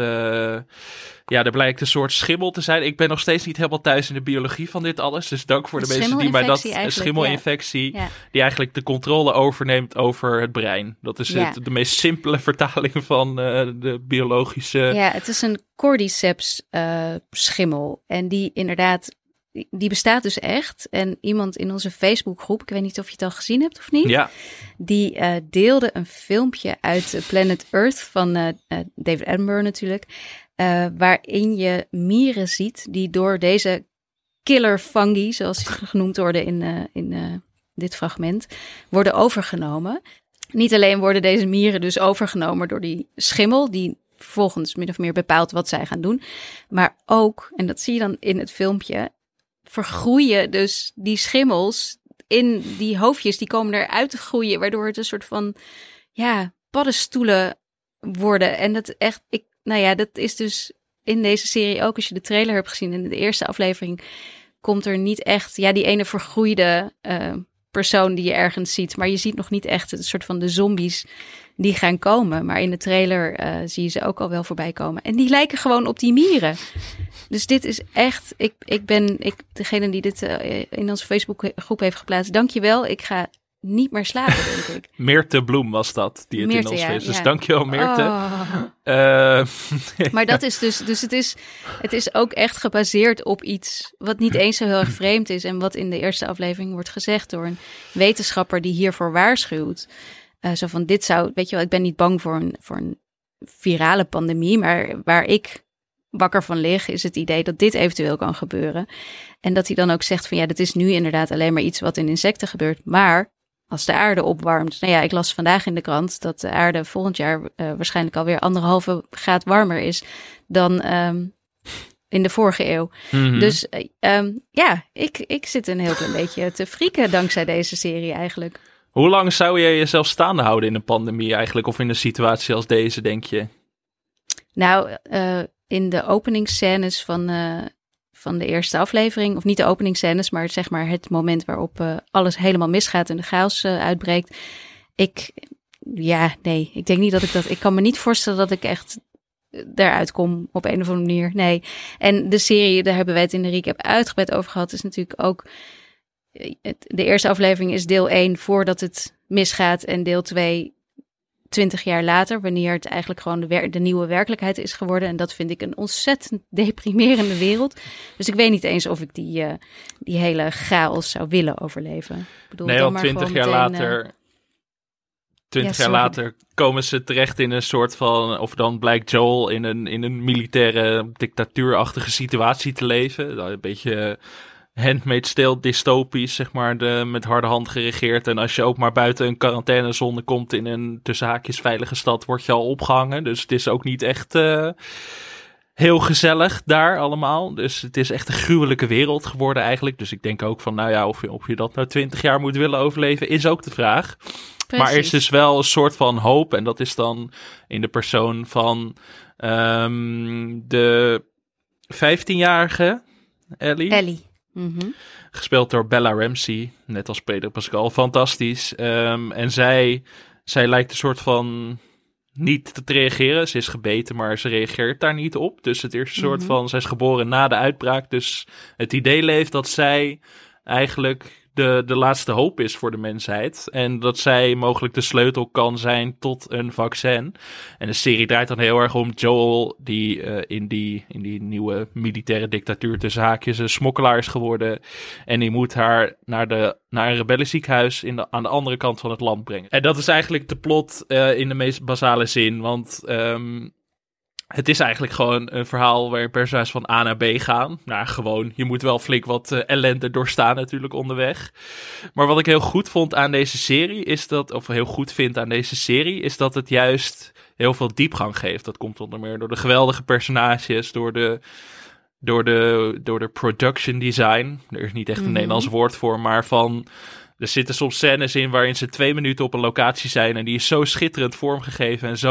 er blijkt een soort schimmel te zijn. Ik ben nog steeds niet helemaal thuis in de biologie van dit alles. Dus dank voor de mensen die mij dat... Een schimmelinfectie die eigenlijk de controle overneemt over het brein. Dat is de meest simpele vertaling van de biologische... Ja, het is een cordyceps schimmel. En die inderdaad... Die bestaat dus echt. En iemand in onze Facebookgroep, ik weet niet of je het al gezien hebt of niet. Ja. Die deelde een filmpje uit Planet Earth van David Attenborough natuurlijk. Waarin je mieren ziet die door deze killer fungi, zoals ze genoemd worden in dit fragment, worden overgenomen. Niet alleen worden deze mieren dus overgenomen door die schimmel, die vervolgens min of meer bepaalt wat zij gaan doen. Maar ook, en dat zie je dan in het filmpje, vergroeien dus die schimmels in die hoofdjes, die komen eruit te groeien, waardoor het een soort van paddenstoelen worden. En dat echt, dat is dus in deze serie ook, als je de trailer hebt gezien in de eerste aflevering, komt er niet echt, die ene vergroeide persoon die je ergens ziet, maar je ziet nog niet echt een soort van de zombies die gaan komen. Maar in de trailer zie je ze ook al wel voorbij komen. En die lijken gewoon op die mieren. Dus dit is echt... Degene die dit in onze Facebookgroep heeft geplaatst, dankjewel. Ik ga niet meer slapen, denk ik. Meerte Bloem was dat, die het in ons heeft. Dus dankjewel, Meerte. Maar dat is dus het is ook echt gebaseerd op iets wat niet eens zo heel erg vreemd is. En wat in de eerste aflevering wordt gezegd door een wetenschapper die hiervoor waarschuwt. Zo van, dit zou, weet je wel, ik ben niet bang voor een virale pandemie, maar waar ik wakker van lig, is het idee dat dit eventueel kan gebeuren. En dat hij dan ook zegt van ja, dat is nu inderdaad alleen maar iets wat in insecten gebeurt. Maar als de aarde opwarmt, nou ja, ik las vandaag in de krant dat de aarde volgend jaar waarschijnlijk alweer 1,5 graad warmer is dan in de vorige eeuw. Mm-hmm. Dus ik zit een heel klein beetje te frieken dankzij deze serie eigenlijk. Hoe lang zou je jezelf staande houden in een pandemie eigenlijk? Of in een situatie als deze, denk je? Nou, in de openingsscènes van de eerste aflevering, of niet de openingsscènes, maar zeg maar het moment waarop alles helemaal misgaat en de chaos uitbreekt. Ik denk niet dat ik kan me niet voorstellen dat ik echt eruit kom op een of andere manier. Nee. En de serie, daar hebben wij het in de recap uitgebreid over gehad, is natuurlijk ook de eerste aflevering is deel 1 voordat het misgaat en deel 2 20 jaar later, wanneer het eigenlijk gewoon de nieuwe werkelijkheid is geworden. En dat vind ik een ontzettend deprimerende wereld. Dus ik weet niet eens of ik die hele chaos zou willen overleven. Ik bedoel, nee, want 20 jaar later... 20 jaar later komen ze terecht in een soort van... Of dan blijkt Joel in een militaire dictatuurachtige situatie te leven. Een beetje Handmaid's Tale dystopisch, zeg maar, met harde hand geregeerd. En als je ook maar buiten een quarantainezone komt in een tussen haakjes veilige stad, word je al opgehangen. Dus het is ook niet echt heel gezellig daar allemaal. Dus het is echt een gruwelijke wereld geworden eigenlijk. Dus ik denk ook van, nou ja, of je dat nou 20 jaar moet willen overleven, is ook de vraag. Precies. Maar er is dus wel een soort van hoop. En dat is dan in de persoon van de 15-jarige Ellie. Mm-hmm. Gespeeld door Bella Ramsey, net als Pedro Pascal. Fantastisch. En zij lijkt een soort van niet te reageren. Ze is gebeten, maar ze reageert daar niet op. Dus het is een soort van, zij is geboren na de uitbraak. Dus het idee leeft dat zij eigenlijk de laatste hoop is voor de mensheid. En dat zij mogelijk de sleutel kan zijn tot een vaccin. En de serie draait dan heel erg om Joel, die in die nieuwe militaire dictatuur tussen haakjes een smokkelaar is geworden. En die moet haar naar een rebellenziekenhuis aan de andere kant van het land brengen. En dat is eigenlijk de plot in de meest basale zin. Want het is eigenlijk gewoon een verhaal waar personages van A naar B gaan. Nou, gewoon, je moet wel flink wat ellende doorstaan natuurlijk onderweg. Maar wat ik heel goed vond aan deze serie is dat het juist heel veel diepgang geeft. Dat komt onder meer door de geweldige personages, door de production design. Er is niet echt een Nederlands woord voor, maar er zitten soms scènes in waarin ze 2 minuten op een locatie zijn en die is zo schitterend vormgegeven en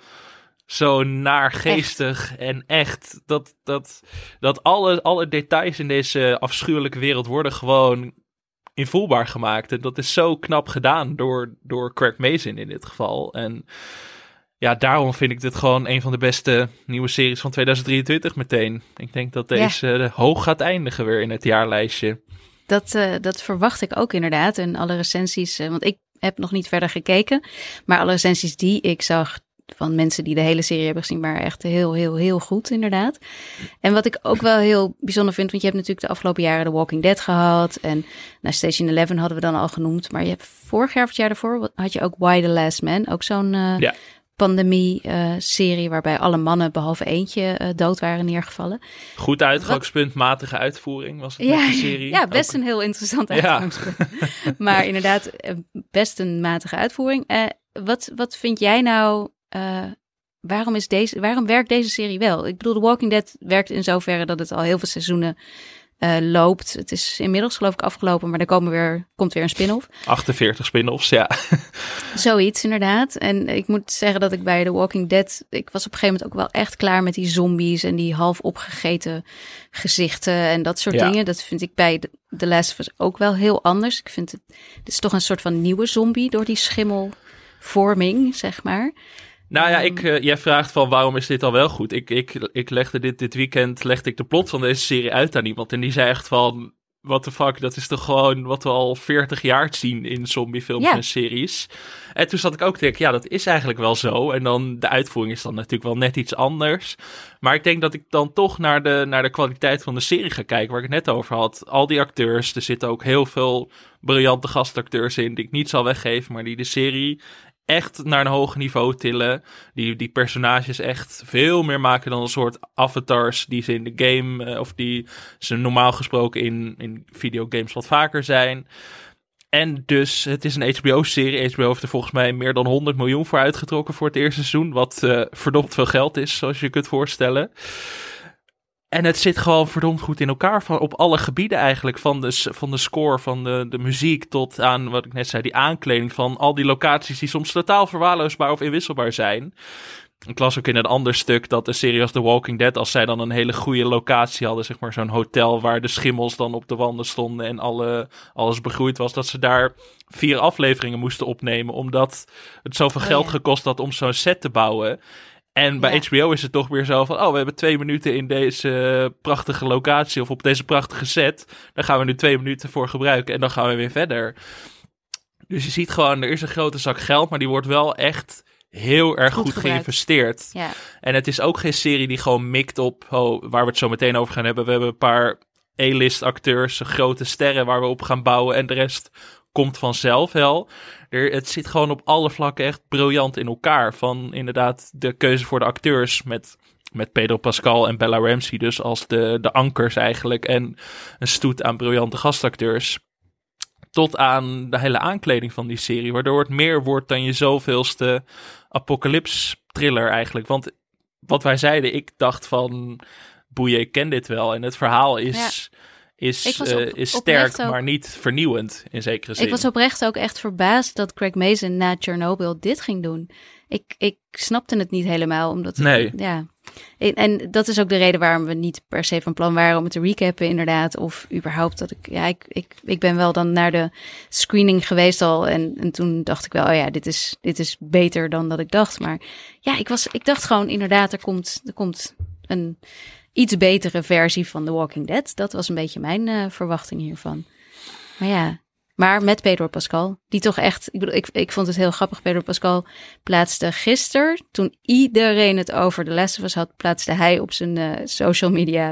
zo naargeestig en echt. Dat alle details in deze afschuwelijke wereld worden gewoon invoelbaar gemaakt. En dat is zo knap gedaan door Craig Mazin in dit geval. En ja, daarom vind ik dit gewoon een van de beste nieuwe series van 2023 meteen. Ik denk dat deze hoog gaat eindigen weer in het jaarlijstje. Dat verwacht ik ook inderdaad. En alle recensies, want ik heb nog niet verder gekeken. Maar alle recensies die ik zag van mensen die de hele serie hebben gezien, maar echt heel, heel, heel goed inderdaad. En wat ik ook wel heel bijzonder vind, want je hebt natuurlijk de afgelopen jaren The Walking Dead gehad en Station 11 hadden we dan al genoemd, maar je hebt vorig jaar of het jaar daarvoor had je ook Why the Last Man, ook zo'n pandemie-serie waarbij alle mannen behalve eentje dood waren neergevallen. Goed uitgangspunt, matige uitvoering was het met de serie. Ja, best een heel interessant uitgangspunt. Maar inderdaad, best een matige uitvoering. Wat vind jij nou, waarom werkt deze serie wel? Ik bedoel, The Walking Dead werkt in zoverre dat het al heel veel seizoenen loopt. Het is inmiddels geloof ik afgelopen, maar er komt weer een spin-off. 48 spin-offs, ja. Zoiets inderdaad. En ik moet zeggen dat ik bij The Walking Dead, ik was op een gegeven moment ook wel echt klaar met die zombies en die half opgegeten gezichten en dat soort dingen. Dat vind ik bij The Last of Us ook wel heel anders. Ik vind dit is toch een soort van nieuwe zombie door die schimmelvorming, zeg maar. Nou ja, jij vraagt van waarom is dit al wel goed? Ik legde dit weekend legde ik de plot van deze serie uit aan iemand. En die zei echt van, what the fuck, dat is toch gewoon wat we al 40 jaar zien in zombiefilms en series. En toen zat ik ook te denken, ja, dat is eigenlijk wel zo. En dan de uitvoering is dan natuurlijk wel net iets anders. Maar ik denk dat ik dan toch naar de kwaliteit van de serie ga kijken, waar ik het net over had. Al die acteurs, er zitten ook heel veel briljante gastacteurs in, die ik niet zal weggeven, maar die de serie echt naar een hoger niveau tillen. Die personages echt veel meer maken dan een soort avatars die ze in de game, of die ze normaal gesproken in videogames wat vaker zijn. En dus, het is een HBO-serie. HBO heeft er volgens mij meer dan 100 miljoen voor uitgetrokken voor het eerste seizoen. Wat verdomd veel geld is, zoals je je kunt voorstellen. En het zit gewoon verdomd goed in elkaar. Op alle gebieden eigenlijk. Van de score, van de muziek tot aan, wat ik net zei, die aankleding van al die locaties die soms totaal verwaarloosbaar of inwisselbaar zijn. Ik las ook in een ander stuk dat de serie als The Walking Dead, als zij dan een hele goede locatie hadden, zeg maar zo'n hotel waar de schimmels dan op de wanden stonden en alles begroeid was, dat ze daar 4 afleveringen moesten opnemen, omdat het zoveel geld gekost had om zo'n set te bouwen. En bij HBO is het toch weer zo van, we hebben 2 minuten in deze prachtige locatie of op deze prachtige set. Daar gaan we nu 2 minuten voor gebruiken en dan gaan we weer verder. Dus je ziet gewoon, er is een grote zak geld, maar die wordt wel echt heel erg goed geïnvesteerd. Ja. En het is ook geen serie die gewoon mikt op, waar we het zo meteen over gaan hebben. We hebben een paar A-list acteurs, grote sterren waar we op gaan bouwen en de rest komt vanzelf wel. Het zit gewoon op alle vlakken echt briljant in elkaar. Van inderdaad de keuze voor de acteurs met Pedro Pascal en Bella Ramsey dus als de ankers eigenlijk. En een stoet aan briljante gastacteurs. Tot aan de hele aankleding van die serie. Waardoor het meer wordt dan je zoveelste apocalypse thriller eigenlijk. Want wat wij zeiden, ik dacht van boeien, ik ken dit wel. En het verhaal is sterk, maar niet vernieuwend in zekere zin. Ik was oprecht ook echt verbaasd dat Craig Mazin na Chernobyl dit ging doen. Ik snapte het niet helemaal, omdat en dat is ook de reden waarom we niet per se van plan waren om het te recappen inderdaad. Of überhaupt dat ik ben wel dan naar de screening geweest al. En toen dacht ik wel, dit is beter dan dat ik dacht. Maar ja, ik dacht gewoon inderdaad, er komt een iets betere versie van The Walking Dead. Dat was een beetje mijn verwachting hiervan. Maar met Pedro Pascal, die toch echt, ik vond het heel grappig. Pedro Pascal plaatste gisteren, toen iedereen het over The Last of Us had, plaatste hij op zijn social media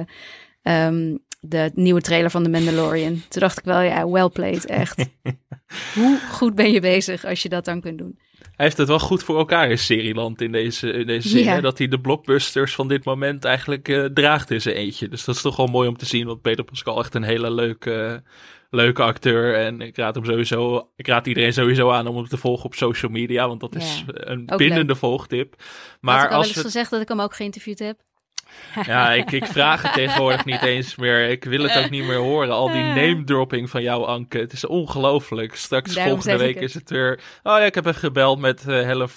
de nieuwe trailer van The Mandalorian. Toen dacht ik wel, well played, echt. Hoe goed ben je bezig als je dat dan kunt doen? Hij heeft het wel goed voor elkaar in serieland in deze zin. Ja. Hè? Dat hij de blockbusters van dit moment eigenlijk draagt in zijn eentje. Dus dat is toch wel mooi om te zien. Want Pedro Pascal echt een hele leuke acteur. En ik raad iedereen sowieso aan om hem te volgen op social media. Want dat is een bindende volgtip. Maar had ik al wel eens gezegd dat ik hem ook geïnterviewd heb? Ja, ik vraag het tegenwoordig niet eens meer. Ik wil het ook niet meer horen. Al die name-dropping van jou, Anke. Het is ongelooflijk. Straks volgende week is het weer... ik heb even gebeld met Helen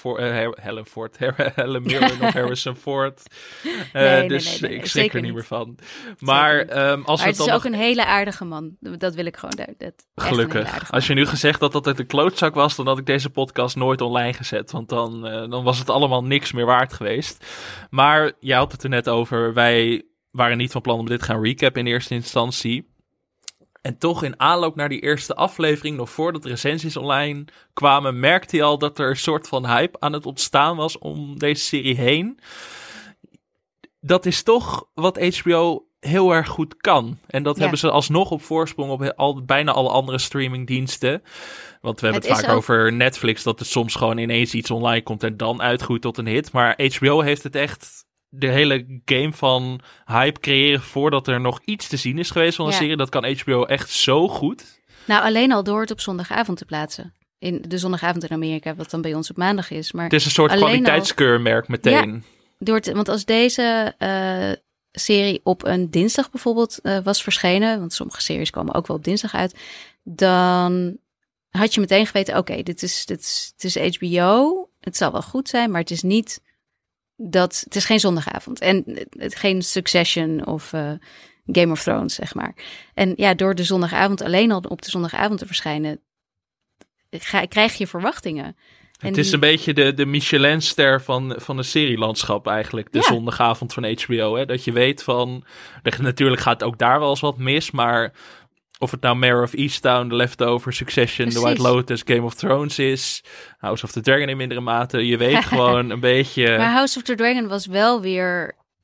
Mirren of Harrison Ford. Dus ik schrik er niet meer van. Maar het is ook een hele aardige man. Dat wil ik gewoon... Gelukkig. Als je nu gezegd had dat het een klootzak was, dan had ik deze podcast nooit online gezet. Want dan was het allemaal niks meer waard geweest. Maar jij had het er net over. Wij waren niet van plan om dit gaan recappen in eerste instantie. En toch in aanloop naar die eerste aflevering, nog voordat de recensies online kwamen, merkte hij al dat er een soort van hype aan het ontstaan was om deze serie heen. Dat is toch wat HBO heel erg goed kan. En dat hebben ze alsnog op voorsprong op bijna alle andere streamingdiensten. Want we hebben het vaak over Netflix, dat het soms gewoon ineens iets online komt en dan uitgroeit tot een hit. Maar HBO heeft het echt... de hele game van hype creëren voordat er nog iets te zien is geweest van een serie. Dat kan HBO echt zo goed. Nou, alleen al door het op zondagavond te plaatsen. In de zondagavond in Amerika, wat dan bij ons op maandag is. Maar het is een soort kwaliteitskeurmerk meteen. Ja, want als deze serie op een dinsdag bijvoorbeeld was verschenen, want sommige series komen ook wel op dinsdag uit, dan had je meteen geweten, oké, dit is HBO. Het zal wel goed zijn, maar het is niet... het is geen zondagavond en geen Succession of Game of Thrones, zeg maar. En ja, door de zondagavond alleen al op de zondagavond te verschijnen, krijg je verwachtingen. Het is een beetje de Michelinster van een serielandschap eigenlijk, de zondagavond van HBO. Hè? Dat je weet van, natuurlijk gaat ook daar wel eens wat mis, maar... of het nou Mare of Easttown, The Leftovers, Succession, The White Lotus, Game of Thrones is, House of the Dragon in mindere mate. Je weet gewoon een beetje... Maar House of the Dragon was wel weer...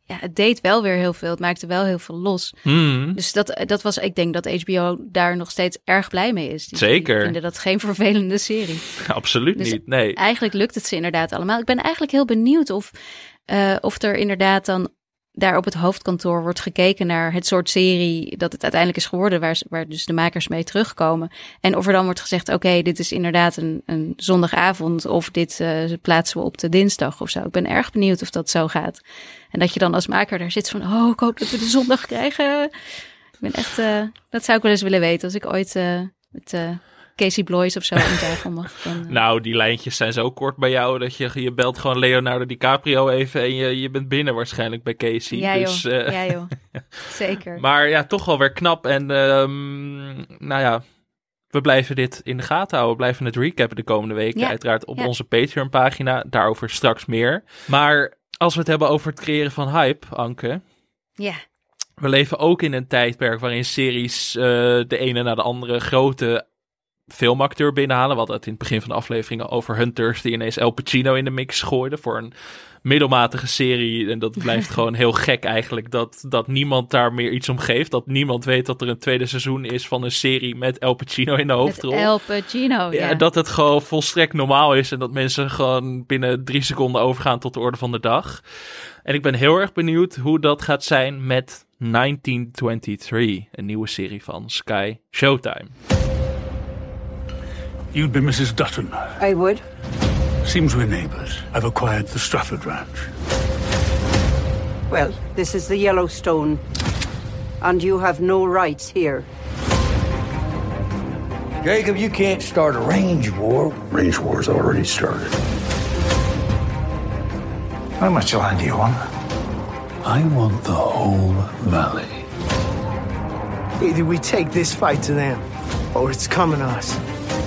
het deed wel weer heel veel. Het maakte wel heel veel los. Dus dat was, ik denk dat HBO daar nog steeds erg blij mee is. Zeker. Die vinden dat geen vervelende serie. Absoluut dus niet, nee. Eigenlijk lukt het ze inderdaad allemaal. Ik ben eigenlijk heel benieuwd of er inderdaad dan daar op het hoofdkantoor wordt gekeken naar het soort serie dat het uiteindelijk is geworden, waar dus de makers mee terugkomen. En of er dan wordt gezegd, oké, dit is inderdaad een zondagavond of dit plaatsen we op de dinsdag of zo. Ik ben erg benieuwd of dat zo gaat. En dat je dan als maker daar zit van, ik hoop dat we de zondag krijgen. Ik ben echt, dat zou ik wel eens willen weten als ik ooit met Casey Bloys of zo in tafel mag. Nou, die lijntjes zijn zo kort bij jou dat je belt gewoon Leonardo DiCaprio even en je bent binnen waarschijnlijk bij Casey. Ja, dus, joh. Ja, joh. Zeker. Maar ja, toch wel weer knap. En we blijven dit in de gaten houden. We blijven het recappen de komende weken. Uiteraard op onze Patreon-pagina. Daarover straks meer. Maar als we het hebben over het creëren van hype, Anke. Ja. We leven ook in een tijdperk waarin series de ene na de andere grote filmacteur binnenhalen. We hadden het in het begin van de afleveringen over Hunters die ineens El Pacino in de mix gooiden voor een middelmatige serie. En dat blijft gewoon heel gek eigenlijk dat niemand daar meer iets om geeft. Dat niemand weet dat er een tweede seizoen is van een serie met El Pacino in de hoofdrol. Met El Pacino, ja. Dat het gewoon volstrekt normaal is en dat mensen gewoon binnen 3 seconden overgaan tot de orde van de dag. En ik ben heel erg benieuwd hoe dat gaat zijn met 1923, een nieuwe serie van Sky Showtime. You'd be Mrs. Dutton. I would. Seems we're neighbors. I've acquired the Strafford Ranch. Well, this is the Yellowstone, and you have no rights here. Jacob, you can't start a range war. Range war's already started. How much land do you want? I want the whole valley. Either we take this fight to them, or it's coming to us.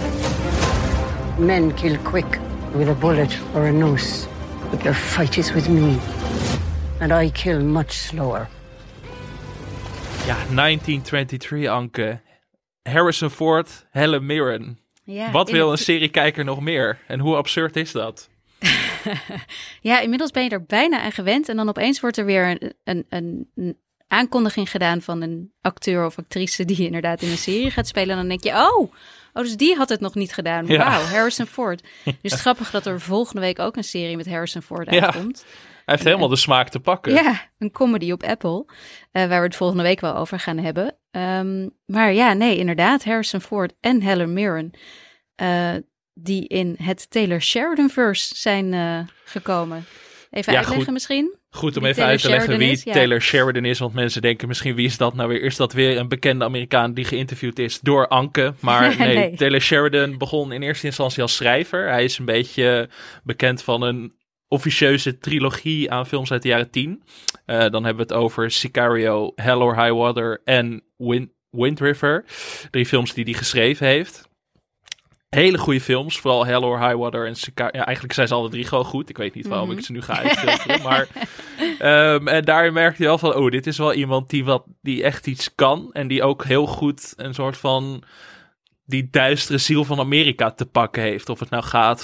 Men kill quick with a bullet or a noose, but their fight is with me, and I kill much slower. Ja, 1923, Anke. Harrison Ford, Helen Mirren. Ja, wat wil een seriekijker nog meer? En hoe absurd is dat? Ja, inmiddels ben je er bijna aan gewend. En dan opeens wordt er weer een aankondiging gedaan van een acteur of actrice die inderdaad in een serie gaat spelen. En dan denk je, oh, dus die had het nog niet gedaan. Ja. Wauw, Harrison Ford. Dus het is grappig dat er volgende week ook een serie met Harrison Ford uitkomt. Ja, hij heeft helemaal de smaak te pakken. Ja, een comedy op Apple, waar we het volgende week wel over gaan hebben. Maar ja, nee, inderdaad, Harrison Ford en Helen Mirren, die in het Taylor Sheridan-verse zijn gekomen. Even uitleggen goed. misschien? Goed om wie even uit te leggen wie is, ja. Taylor Sheridan is. Want mensen denken misschien, wie is dat nou weer? Is dat weer een bekende Amerikaan die geïnterviewd is door Anke? Maar nee, Taylor Sheridan begon in eerste instantie als schrijver. Hij is een beetje bekend van een officieuze trilogie aan films uit de jaren 10. Dan hebben we het over Sicario, Hell or High Water en Wind River. 3 films die hij geschreven heeft. Hele goede films, vooral Hell or High Water en Sicario. Ja, eigenlijk zijn ze alle 3 gewoon goed. Ik weet niet waarom ik ze nu ga uitfilteren. Maar en daarin merkte je al van, dit is wel iemand die echt iets kan. En die ook heel goed een soort van die duistere ziel van Amerika te pakken heeft. Of het nou gaat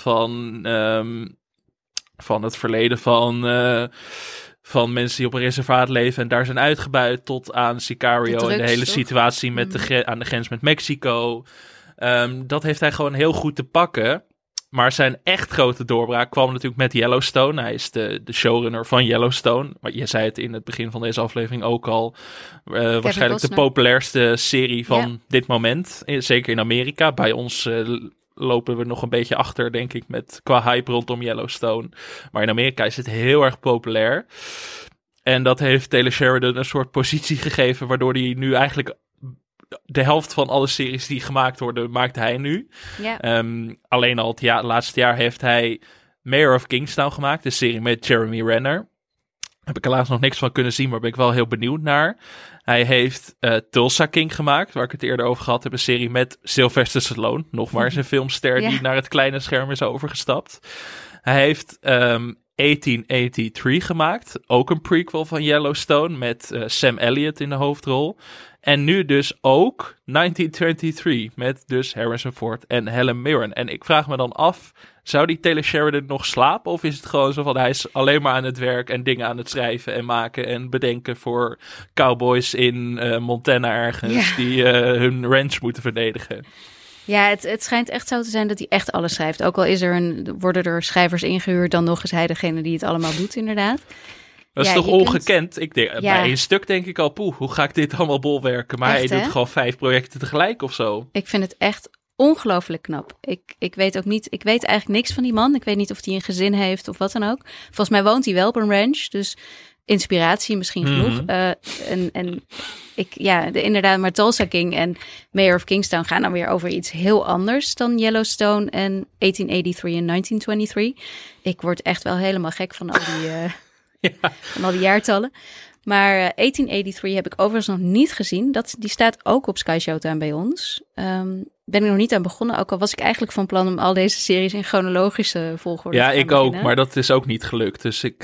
van het verleden van mensen die op een reservaat leven en daar zijn uitgebuit, tot aan Sicario en de hele situatie met aan de grens met Mexico. Dat heeft hij gewoon heel goed te pakken. Maar zijn echt grote doorbraak kwam natuurlijk met Yellowstone. Hij is de showrunner van Yellowstone. Maar je zei het in het begin van deze aflevering ook al. Waarschijnlijk de populairste serie van dit moment. Zeker in Amerika. Bij ons lopen we nog een beetje achter, denk ik, qua hype rondom Yellowstone. Maar in Amerika is het heel erg populair. En dat heeft Taylor Sheridan een soort positie gegeven, waardoor hij nu eigenlijk de helft van alle series die gemaakt worden, maakt hij nu. Ja. Alleen al het laatste jaar heeft hij Mayor of Kingstown gemaakt, de serie met Jeremy Renner. Heb ik helaas nog niks van kunnen zien, maar ben ik wel heel benieuwd naar. Hij heeft Tulsa King gemaakt, waar ik het eerder over gehad heb. Een serie met Sylvester Stallone. Nog maar eens een filmster die naar het kleine scherm is overgestapt. Hij heeft 1883 gemaakt. Ook een prequel van Yellowstone met Sam Elliott in de hoofdrol. En nu dus ook 1923 met dus Harrison Ford en Helen Mirren. En ik vraag me dan af, zou die Taylor Sheridan nog slapen? Of is het gewoon zo van, hij is alleen maar aan het werk en dingen aan het schrijven en maken en bedenken voor cowboys in Montana ergens die hun ranch moeten verdedigen? Ja, het schijnt echt zo te zijn dat hij echt alles schrijft. Ook al worden er schrijvers ingehuurd, dan nog is hij degene die het allemaal doet, inderdaad. Dat is toch ongekend? Bij een stuk denk ik al, hoe ga ik dit allemaal bolwerken? Maar echt, hij doet gewoon 5 projecten tegelijk of zo. Ik vind het echt ongelooflijk knap. Ik weet ook niet, ik weet eigenlijk niks van die man. Ik weet niet of hij een gezin heeft of wat dan ook. Volgens mij woont hij wel op een ranch, dus inspiratie misschien genoeg. Inderdaad, maar Tulsa King en Mayor of Kingstown gaan dan weer over iets heel anders dan Yellowstone en 1883 en 1923. Ik word echt wel helemaal gek van al die, van al die jaartallen. Maar 1883 heb ik overigens nog niet gezien. Die staat ook op Sky Showtime bij ons. Ben ik nog niet aan begonnen. Ook al was ik eigenlijk van plan om al deze series in chronologische volgorde te gaan beginnen. Ook, maar dat is ook niet gelukt. Dus ik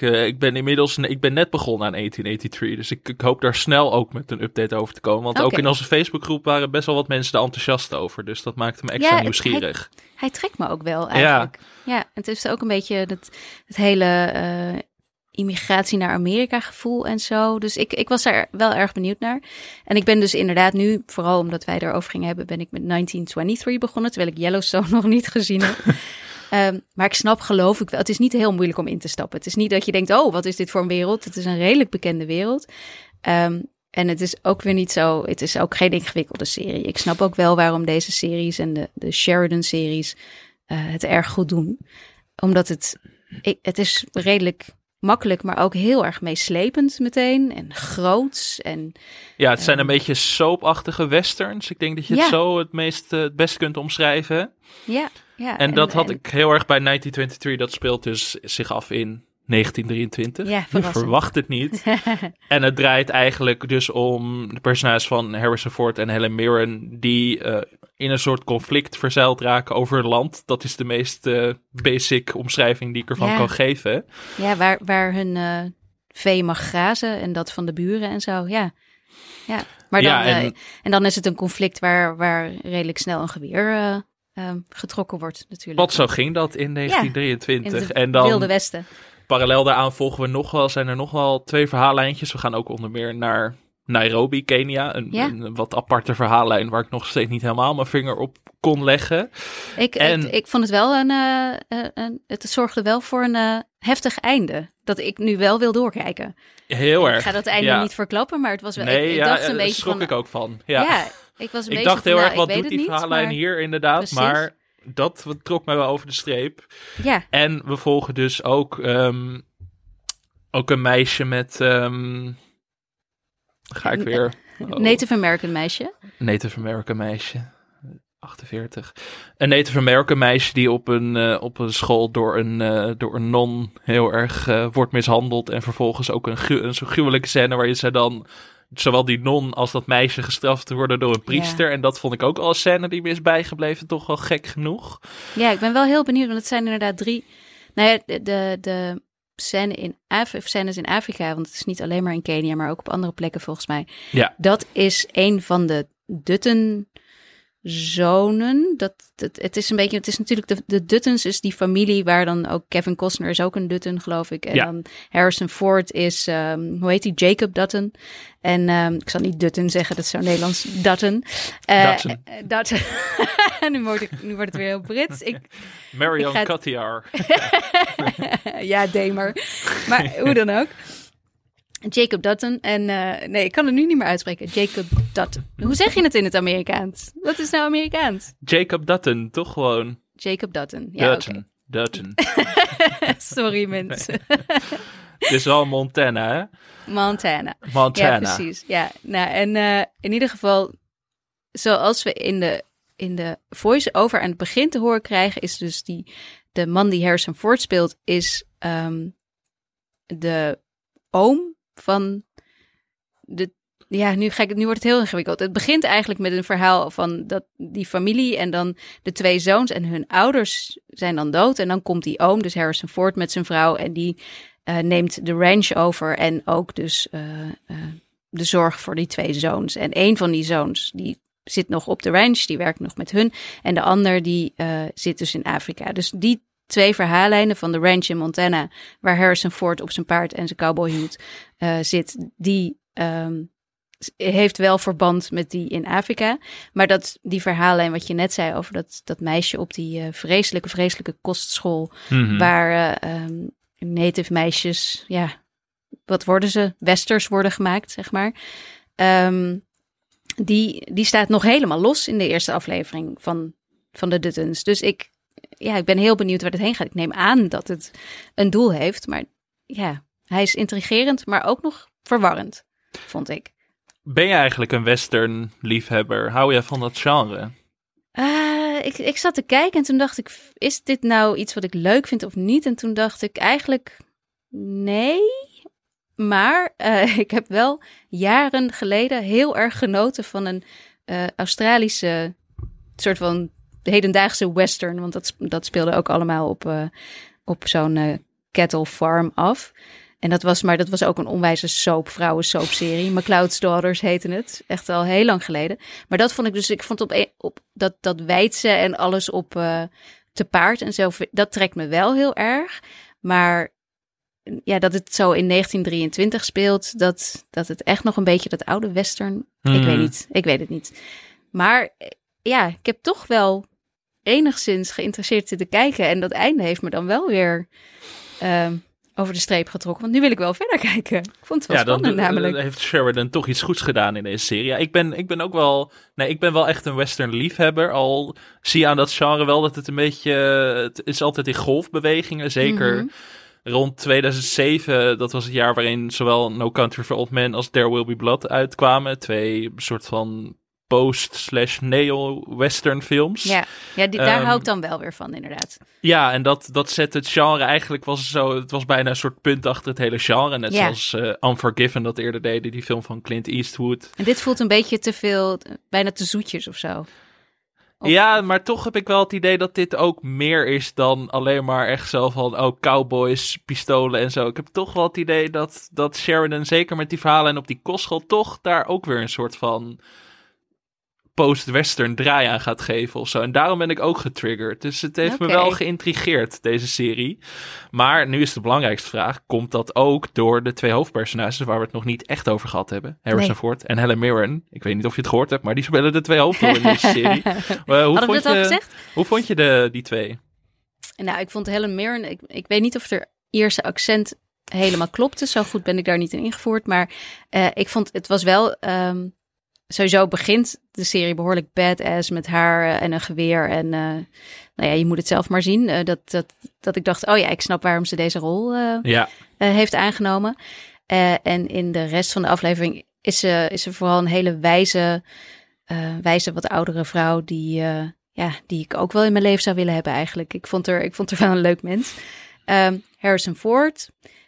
ben net begonnen aan 1883. Dus ik hoop daar snel ook met een update over te komen. Want ook in onze Facebookgroep waren best wel wat mensen er enthousiast over. Dus dat maakte me extra nieuwsgierig. Hij trekt me ook wel eigenlijk. Ja, het is ook een beetje het hele immigratie naar Amerika gevoel en zo. Dus ik was daar wel erg benieuwd naar. En ik ben dus inderdaad nu, vooral omdat wij erover gingen hebben, ben ik met 1923 begonnen, terwijl ik Yellowstone nog niet gezien heb. Maar ik snap, geloof ik wel, het is niet heel moeilijk om in te stappen. Het is niet dat je denkt, wat is dit voor een wereld? Het is een redelijk bekende wereld. En het is ook weer niet zo, het is ook geen ingewikkelde serie. Ik snap ook wel waarom deze series en de Sheridan-series het erg goed doen. Omdat het is redelijk makkelijk, maar ook heel erg meeslepend meteen. En groots. En, het zijn een beetje soapachtige westerns. Ik denk dat je het zo het best kunt omschrijven. Ja. En dat had ik heel erg bij 1923. Dat speelt dus zich af in 1923. Ja, je verwacht het niet. En het draait eigenlijk dus om de personages van Harrison Ford en Helen Mirren die in een soort conflict verzeild raken over een land. Dat is de meest basic omschrijving die ik ervan kan geven. Ja, waar hun vee mag grazen en dat van de buren en zo. Ja. Maar dan, en dan is het een conflict waar redelijk snel een geweer getrokken wordt natuurlijk. Wat zo ging dat in 1923. In het en dan Wilde Westen. Parallel daaraan zijn er nog wel 2 verhaallijntjes. We gaan ook onder meer naar Nairobi, Kenia. Een wat aparte verhaallijn waar ik nog steeds niet helemaal mijn vinger op kon leggen. Ik vond het wel het zorgde wel voor een heftig einde. Dat ik nu wel wil doorkijken. Heel erg. Ik ga dat einde niet verklappen, maar het was wel... ik dacht een beetje daar schrok ik ook van. Ja, ik was een ik beetje dacht heel erg, wat doet die niet, verhaallijn hier inderdaad? Precies. Maar dat trok mij wel over de streep. Ja. En we volgen dus ook een meisje met... ga ik weer... Native American meisje. Native American meisje. 48. Een Native American meisje die op een school door een non heel erg wordt mishandeld. En vervolgens ook een zo'n gruwelijke scène waar je ze dan... Zowel die non als dat meisje gestraft worden door een priester. Ja. En dat vond ik ook al een scène die me is bijgebleven. Toch wel gek genoeg. Ja, ik ben wel heel benieuwd. Want het zijn inderdaad 3... Nou ja, de scènes in Afrika. Want het is niet alleen maar in Kenia, maar ook op andere plekken volgens mij. Ja. Dat is een van de Dutton zonen. Het is natuurlijk de Duttons is die familie waar dan ook Kevin Costner is ook een Dutton, geloof ik. En dan Harrison Ford is, hoe heet die? Jacob Dutton. En ik zal niet Dutton zeggen, dat is zo Nederlands. Dutton. Dutton. nu wordt het weer heel Brits. Marion Cotillard. Ja, Damer. Maar hoe dan ook. Jacob Dutton. En nee, ik kan het nu niet meer uitspreken. Jacob Dutton. Hoe zeg je het in het Amerikaans? Wat is nou Amerikaans? Jacob Dutton, toch gewoon? Jacob Dutton. Ja, Dutton. Sorry, mensen. Het is wel Montana, hè? Montana. Ja, precies. Ja, nou, en in ieder geval, zoals we in de voice-over aan het begin te horen krijgen, is dus de man die Harrison Ford speelt, is de oom van de nu wordt het heel ingewikkeld. Het begint eigenlijk met een verhaal van die familie en dan de 2 zoons en hun ouders zijn dan dood. En dan komt die oom, dus Harrison Ford met zijn vrouw en die neemt de ranch over en ook dus de zorg voor die 2 zoons. En een van die zoons, die zit nog op de ranch, die werkt nog met hun. En de ander, die zit dus in Afrika. Dus die 2 verhaallijnen van de ranch in Montana, waar Harrison Ford op zijn paard en zijn cowboyhoed zit, die heeft wel verband met die in Afrika. Maar die verhaallijn wat je net zei over dat meisje op die vreselijke kostschool, waar native meisjes, wat worden ze? Westers worden gemaakt, zeg maar. Die staat nog helemaal los in de eerste aflevering van de Duttons. Dus ik ben heel benieuwd waar het heen gaat. Ik neem aan dat het een doel heeft. Maar hij is intrigerend, maar ook nog verwarrend, vond ik. Ben je eigenlijk een western liefhebber? Hou je van dat genre? Ik zat te kijken en toen dacht ik, is dit nou iets wat ik leuk vind of niet? En toen dacht ik eigenlijk, nee. Maar ik heb wel jaren geleden heel erg genoten van een Australische soort van hedendaagse western. Want dat speelde ook allemaal op zo'n cattle farm af. En dat was ook een onwijze vrouwensoapserie. McCloud's Daughters heette het. Echt al heel lang geleden. Maar dat vond ik dus, ik vond op dat weidse en alles op te paard en zo, dat trekt me wel heel erg. Maar dat het zo in 1923 speelt, dat het echt nog een beetje dat oude western. Ik weet het niet. Maar ik heb toch wel enigszins geïnteresseerd zitten kijken. En dat einde heeft me dan wel weer over de streep getrokken. Want nu wil ik wel verder kijken. Ik vond het wel spannend namelijk. Dan heeft Sheridan toch iets goeds gedaan in deze serie. Ja, ik ben ook wel... Nee, ik ben wel echt een western liefhebber. Al zie je aan dat genre wel dat het een beetje... Het is altijd in golfbewegingen. Zeker rond 2007. Dat was het jaar waarin zowel No Country for Old Men als There Will Be Blood uitkwamen. 2 soort van post/neo-western films. Daar hou ik dan wel weer van, inderdaad. Ja, en dat zet het genre eigenlijk het was bijna een soort punt achter het hele genre. Net zoals Unforgiven dat eerder deden, die film van Clint Eastwood. En dit voelt een beetje te veel, bijna te zoetjes of zo. Ja, maar toch heb ik wel het idee dat dit ook meer is dan alleen maar echt zo van, cowboys, pistolen en zo. Ik heb toch wel het idee dat Sheridan, zeker met die verhalen en op die kostschool, toch daar ook weer een soort van post-western draai aan gaat geven of zo. En daarom ben ik ook getriggerd. Dus het heeft me wel geïntrigeerd, deze serie. Maar nu is de belangrijkste vraag, komt dat ook door de 2 hoofdpersonages waar we het nog niet echt over gehad hebben? Harrison Ford en Helen Mirren. Ik weet niet of je het gehoord hebt, maar die spelen de 2 hoofdrollen in deze serie. Hadden we het al gezegd? Hoe vond je die 2? Nou, ik vond Helen Mirren, ik weet niet of haar Ierse accent helemaal klopte. Zo goed ben ik daar niet in ingevoerd. Maar ik vond, het was wel... Sowieso begint de serie behoorlijk badass met haar en een geweer. En je moet het zelf maar zien. Dat ik dacht, ik snap waarom ze deze rol heeft aangenomen. En in de rest van de aflevering is ze vooral een hele wijze, wat oudere vrouw die ik ook wel in mijn leven zou willen hebben eigenlijk. Ik vond er wel een leuk mens. Harrison Ford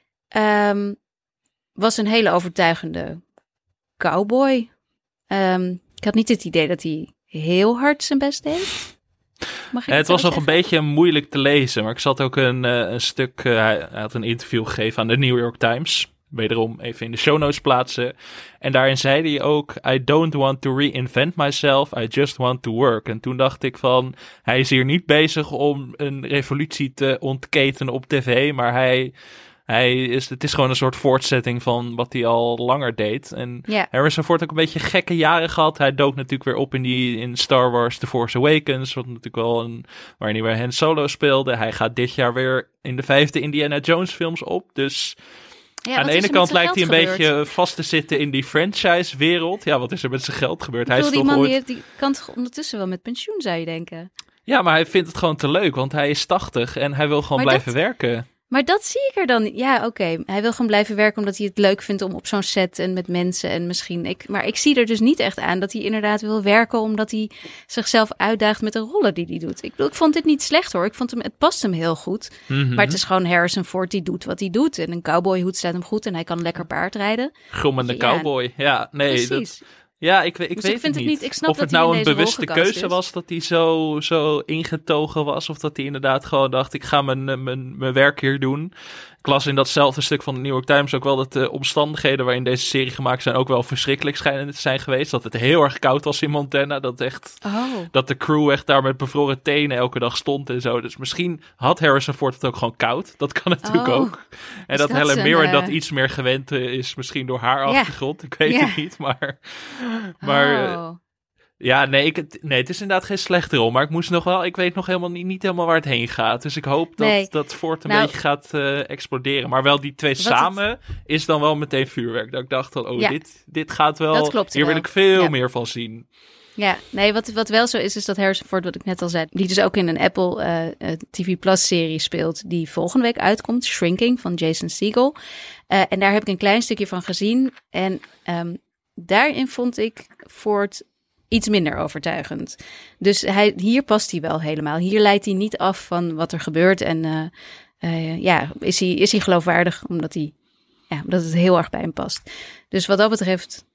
was een hele overtuigende cowboy. Ik had niet het idee dat hij heel hard zijn best deed. Het was nog een beetje moeilijk te lezen, maar ik zat ook een stuk... hij had een interview gegeven aan de New York Times. Wederom even in de show notes plaatsen. En daarin zei hij ook, I don't want to reinvent myself, I just want to work. En toen dacht ik van, hij is hier niet bezig om een revolutie te ontketenen op tv, maar het is gewoon een soort voortzetting van wat hij al langer deed. En Harrison Ford ook een beetje gekke jaren gehad. Hij dook natuurlijk weer op in Star Wars The Force Awakens, wat natuurlijk wel waarin hij weer Han Solo speelde. Hij gaat dit jaar weer in de 5e Indiana Jones films op. Dus aan de ene kant lijkt hij een beetje vast te zitten in die franchise-wereld. Ja, wat is er met zijn geld gebeurd? Die kan toch ondertussen wel met pensioen, zou je denken? Ja, maar hij vindt het gewoon te leuk, want hij is 80 en hij wil gewoon blijven werken. Maar dat zie ik er dan. Ja, oké. Hij wil gewoon blijven werken omdat hij het leuk vindt om op zo'n set en met mensen en misschien. Maar ik zie er dus niet echt aan dat hij inderdaad wil werken omdat hij zichzelf uitdaagt met de rollen die hij doet. Ik vond dit niet slecht hoor. Het past hem heel goed. Mm-hmm. Maar het is gewoon Harrison Ford die doet wat hij doet. En een cowboyhoed staat hem goed en hij kan lekker paardrijden. Grommende cowboy. Ja, nee. Precies. Ja, ik weet het niet. Ik snap of dat het nou een bewuste keuze was dat hij zo ingetogen was. Of dat hij inderdaad gewoon dacht, ik ga mijn werk hier doen. Ik las in datzelfde stuk van de New York Times ook wel dat de omstandigheden waarin deze serie gemaakt zijn ook wel verschrikkelijk schijnen te zijn geweest. Dat het heel erg koud was in Montana. Dat de crew echt daar met bevroren tenen elke dag stond en zo. Dus misschien had Harrison Ford het ook gewoon koud. Dat kan natuurlijk ook. En dat Helen Mirren dat iets meer gewend is misschien door haar achtergrond. Ik weet het niet, maar ja, nee, het is inderdaad geen slechte rol. Maar ik weet nog helemaal niet helemaal waar het heen gaat. Dus ik hoop dat Ford een beetje gaat exploderen. Maar wel die twee samen is dan wel meteen vuurwerk. Dat ik dacht dan, dit gaat wel. Dat klopt hier wil ik veel meer van zien. Ja, nee, wat wel zo is dat Harrison Ford, wat ik net al zei, die dus ook in een Apple TV Plus serie speelt, die volgende week uitkomt, Shrinking, van Jason Segel. En daar heb ik een klein stukje van gezien. En daarin vond ik Ford iets minder overtuigend. Dus hier past hij wel helemaal. Hier leidt hij niet af van wat er gebeurt. En is hij geloofwaardig, omdat het heel erg bij hem past. Dus wat dat betreft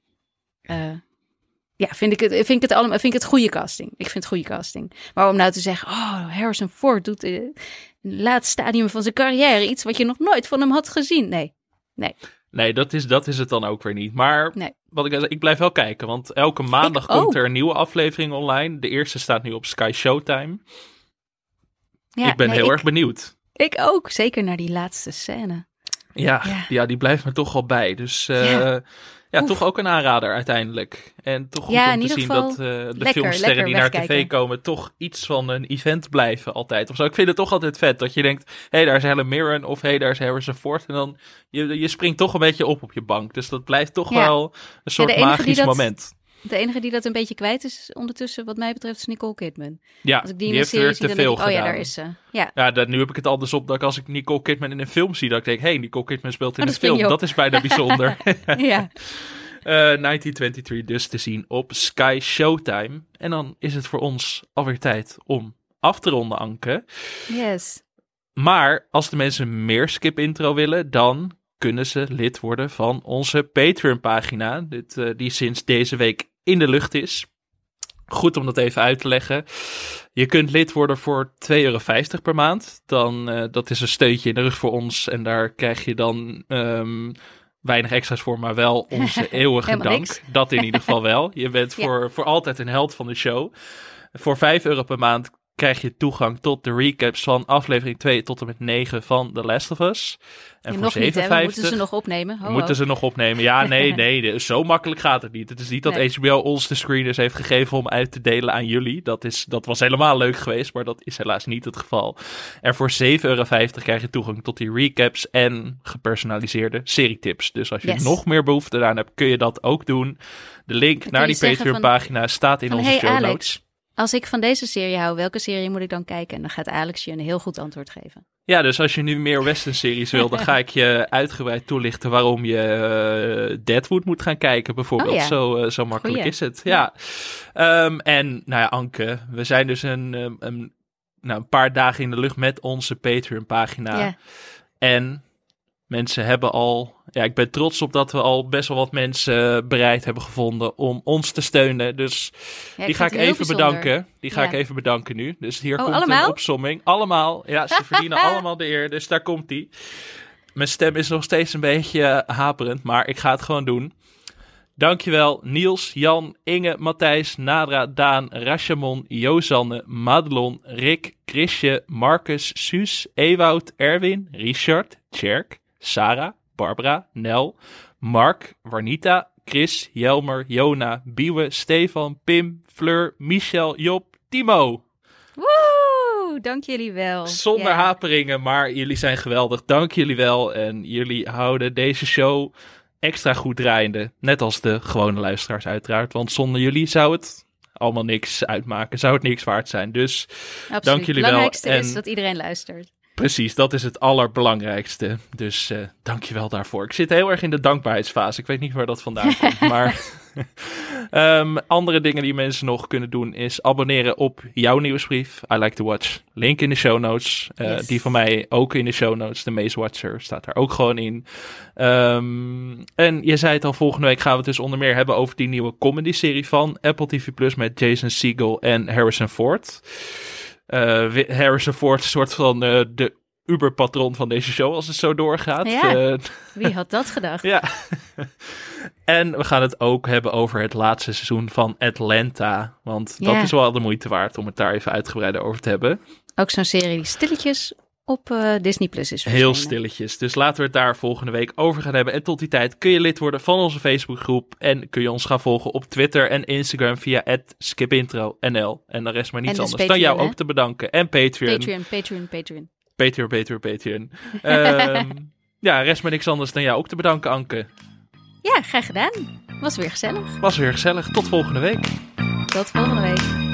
vind ik het goede casting. Ik vind het goede casting. Maar om nou te zeggen, Harrison Ford doet in het laatste stadium van zijn carrière iets wat je nog nooit van hem had gezien. Nee. Nee, dat is het dan ook weer niet. Maar wat ik blijf wel kijken, want elke maandag komt er een nieuwe aflevering online. De eerste staat nu op Sky Showtime. Ja, ik ben heel erg benieuwd. Ik ook, zeker naar die laatste scène. Ja, die blijft me toch al bij. Dus toch ook een aanrader uiteindelijk. En toch goed om te zien dat de filmsterren die naar tv komen toch iets van een event blijven altijd. Of zo. Ik vind het toch altijd vet dat je denkt, hé, daar is Helen Mirren of hé, daar is Harrison Ford. En dan je springt toch een beetje op je bank. Dus dat blijft toch wel een soort magisch moment. De enige die dat een beetje kwijt is ondertussen, wat mij betreft, is Nicole Kidman. Ja, als ik die heeft er te veel gedaan. Daar is ze. Ja, nu heb ik het al dus op dat als ik Nicole Kidman in een film zie, dat ik denk, hé, Nicole Kidman speelt in een film. Dat is bijna bijzonder. Ja. 1923 dus te zien op Sky Showtime. En dan is het voor ons alweer tijd om af te ronden, Anke. Yes. Maar als de mensen meer skip-intro willen, dan kunnen ze lid worden van onze Patreon-pagina. Die sinds deze week in de lucht is. Goed om dat even uit te leggen. Je kunt lid worden voor €2,50 per maand. Dat is een steuntje in de rug voor ons. En daar krijg je dan weinig extra's voor, maar wel onze eeuwige dank. Niks. Dat in ieder geval wel. Je bent voor altijd een held van de show. Voor €5 per maand krijg je toegang tot de recaps van aflevering 2 tot en met 9 van The Last of Us. En voor €7,50 moeten ze nog opnemen. Moeten ze nog opnemen. Ja, nee, zo makkelijk gaat het niet. Het is niet dat HBO ons de screeners heeft gegeven om uit te delen aan jullie. Dat was helemaal leuk geweest, maar dat is helaas niet het geval. En voor €7,50 krijg je toegang tot die recaps en gepersonaliseerde serietips. Dus als je nog meer behoefte eraan hebt, kun je dat ook doen. De link naar die Patreon-pagina staat in onze show notes. Alex, als ik van deze serie hou, welke serie moet ik dan kijken? En dan gaat Alex je een heel goed antwoord geven. Ja, dus als je nu meer western-series wil, dan ga ik je uitgebreid toelichten waarom je Deadwood moet gaan kijken, bijvoorbeeld. Zo makkelijk is het. Ja. En Anke, we zijn dus een paar dagen in de lucht met onze Patreon-pagina. Ja. En mensen hebben al... Ja, ik ben trots op dat we al best wel wat mensen bereid hebben gevonden om ons te steunen. Dus die ga ik even bedanken. Die ga ik even bedanken nu. Dus hier komt allemaal? Een opsomming. Allemaal. Ja, ze verdienen allemaal de eer. Dus daar komt die. Mijn stem is nog steeds een beetje haperend, maar ik ga het gewoon doen. Dankjewel Niels, Jan, Inge, Matthijs, Nadra, Daan, Rashamon, Jozanne, Madelon, Rick, Chrisje, Marcus, Suus, Ewout, Erwin, Richard, Tjerk, Sarah, Barbara, Nel, Mark, Warnita, Chris, Jelmer, Jona, Biewe, Stefan, Pim, Fleur, Michel, Job, Timo. Woe, dank jullie wel. Zonder haperingen, maar jullie zijn geweldig. Dank jullie wel en jullie houden deze show extra goed draaiende. Net als de gewone luisteraars uiteraard, want zonder jullie zou het allemaal niks uitmaken. Zou het niks waard zijn. Dus absoluut. Dank jullie wel. Het belangrijkste is dat iedereen luistert. Precies, dat is het allerbelangrijkste. Dus dankjewel daarvoor. Ik zit heel erg in de dankbaarheidsfase. Ik weet niet waar dat vandaan komt, maar... andere dingen die mensen nog kunnen doen is abonneren op jouw nieuwsbrief. I Like to Watch. Link in de show notes. Yes. Die van mij ook in de show notes. De Maze Watcher staat daar ook gewoon in. En je zei het al, volgende week gaan we het dus onder meer hebben over die nieuwe comedy-serie van Apple TV Plus met Jason Segel en Harrison Ford. Harrison Ford, een soort van de Uber-patron van deze show als het zo doorgaat. Ja, wie had dat gedacht? Ja. En we gaan het ook hebben over het laatste seizoen van Atlanta. Want dat is wel de moeite waard om het daar even uitgebreider over te hebben. Ook zo'n serie die stilletjes op Disney Plus is verschenen. Heel stilletjes. Dus laten we het daar volgende week over gaan hebben. En tot die tijd kun je lid worden van onze Facebookgroep. En kun je ons gaan volgen op Twitter en Instagram via @skipintronl. En dan rest maar niets anders Patreon, dan jou ook te bedanken. En Patreon. Patreon. Ja, rest maar niks anders dan jou ook te bedanken, Anke. Ja, graag gedaan. Was weer gezellig. Tot volgende week. Tot volgende week.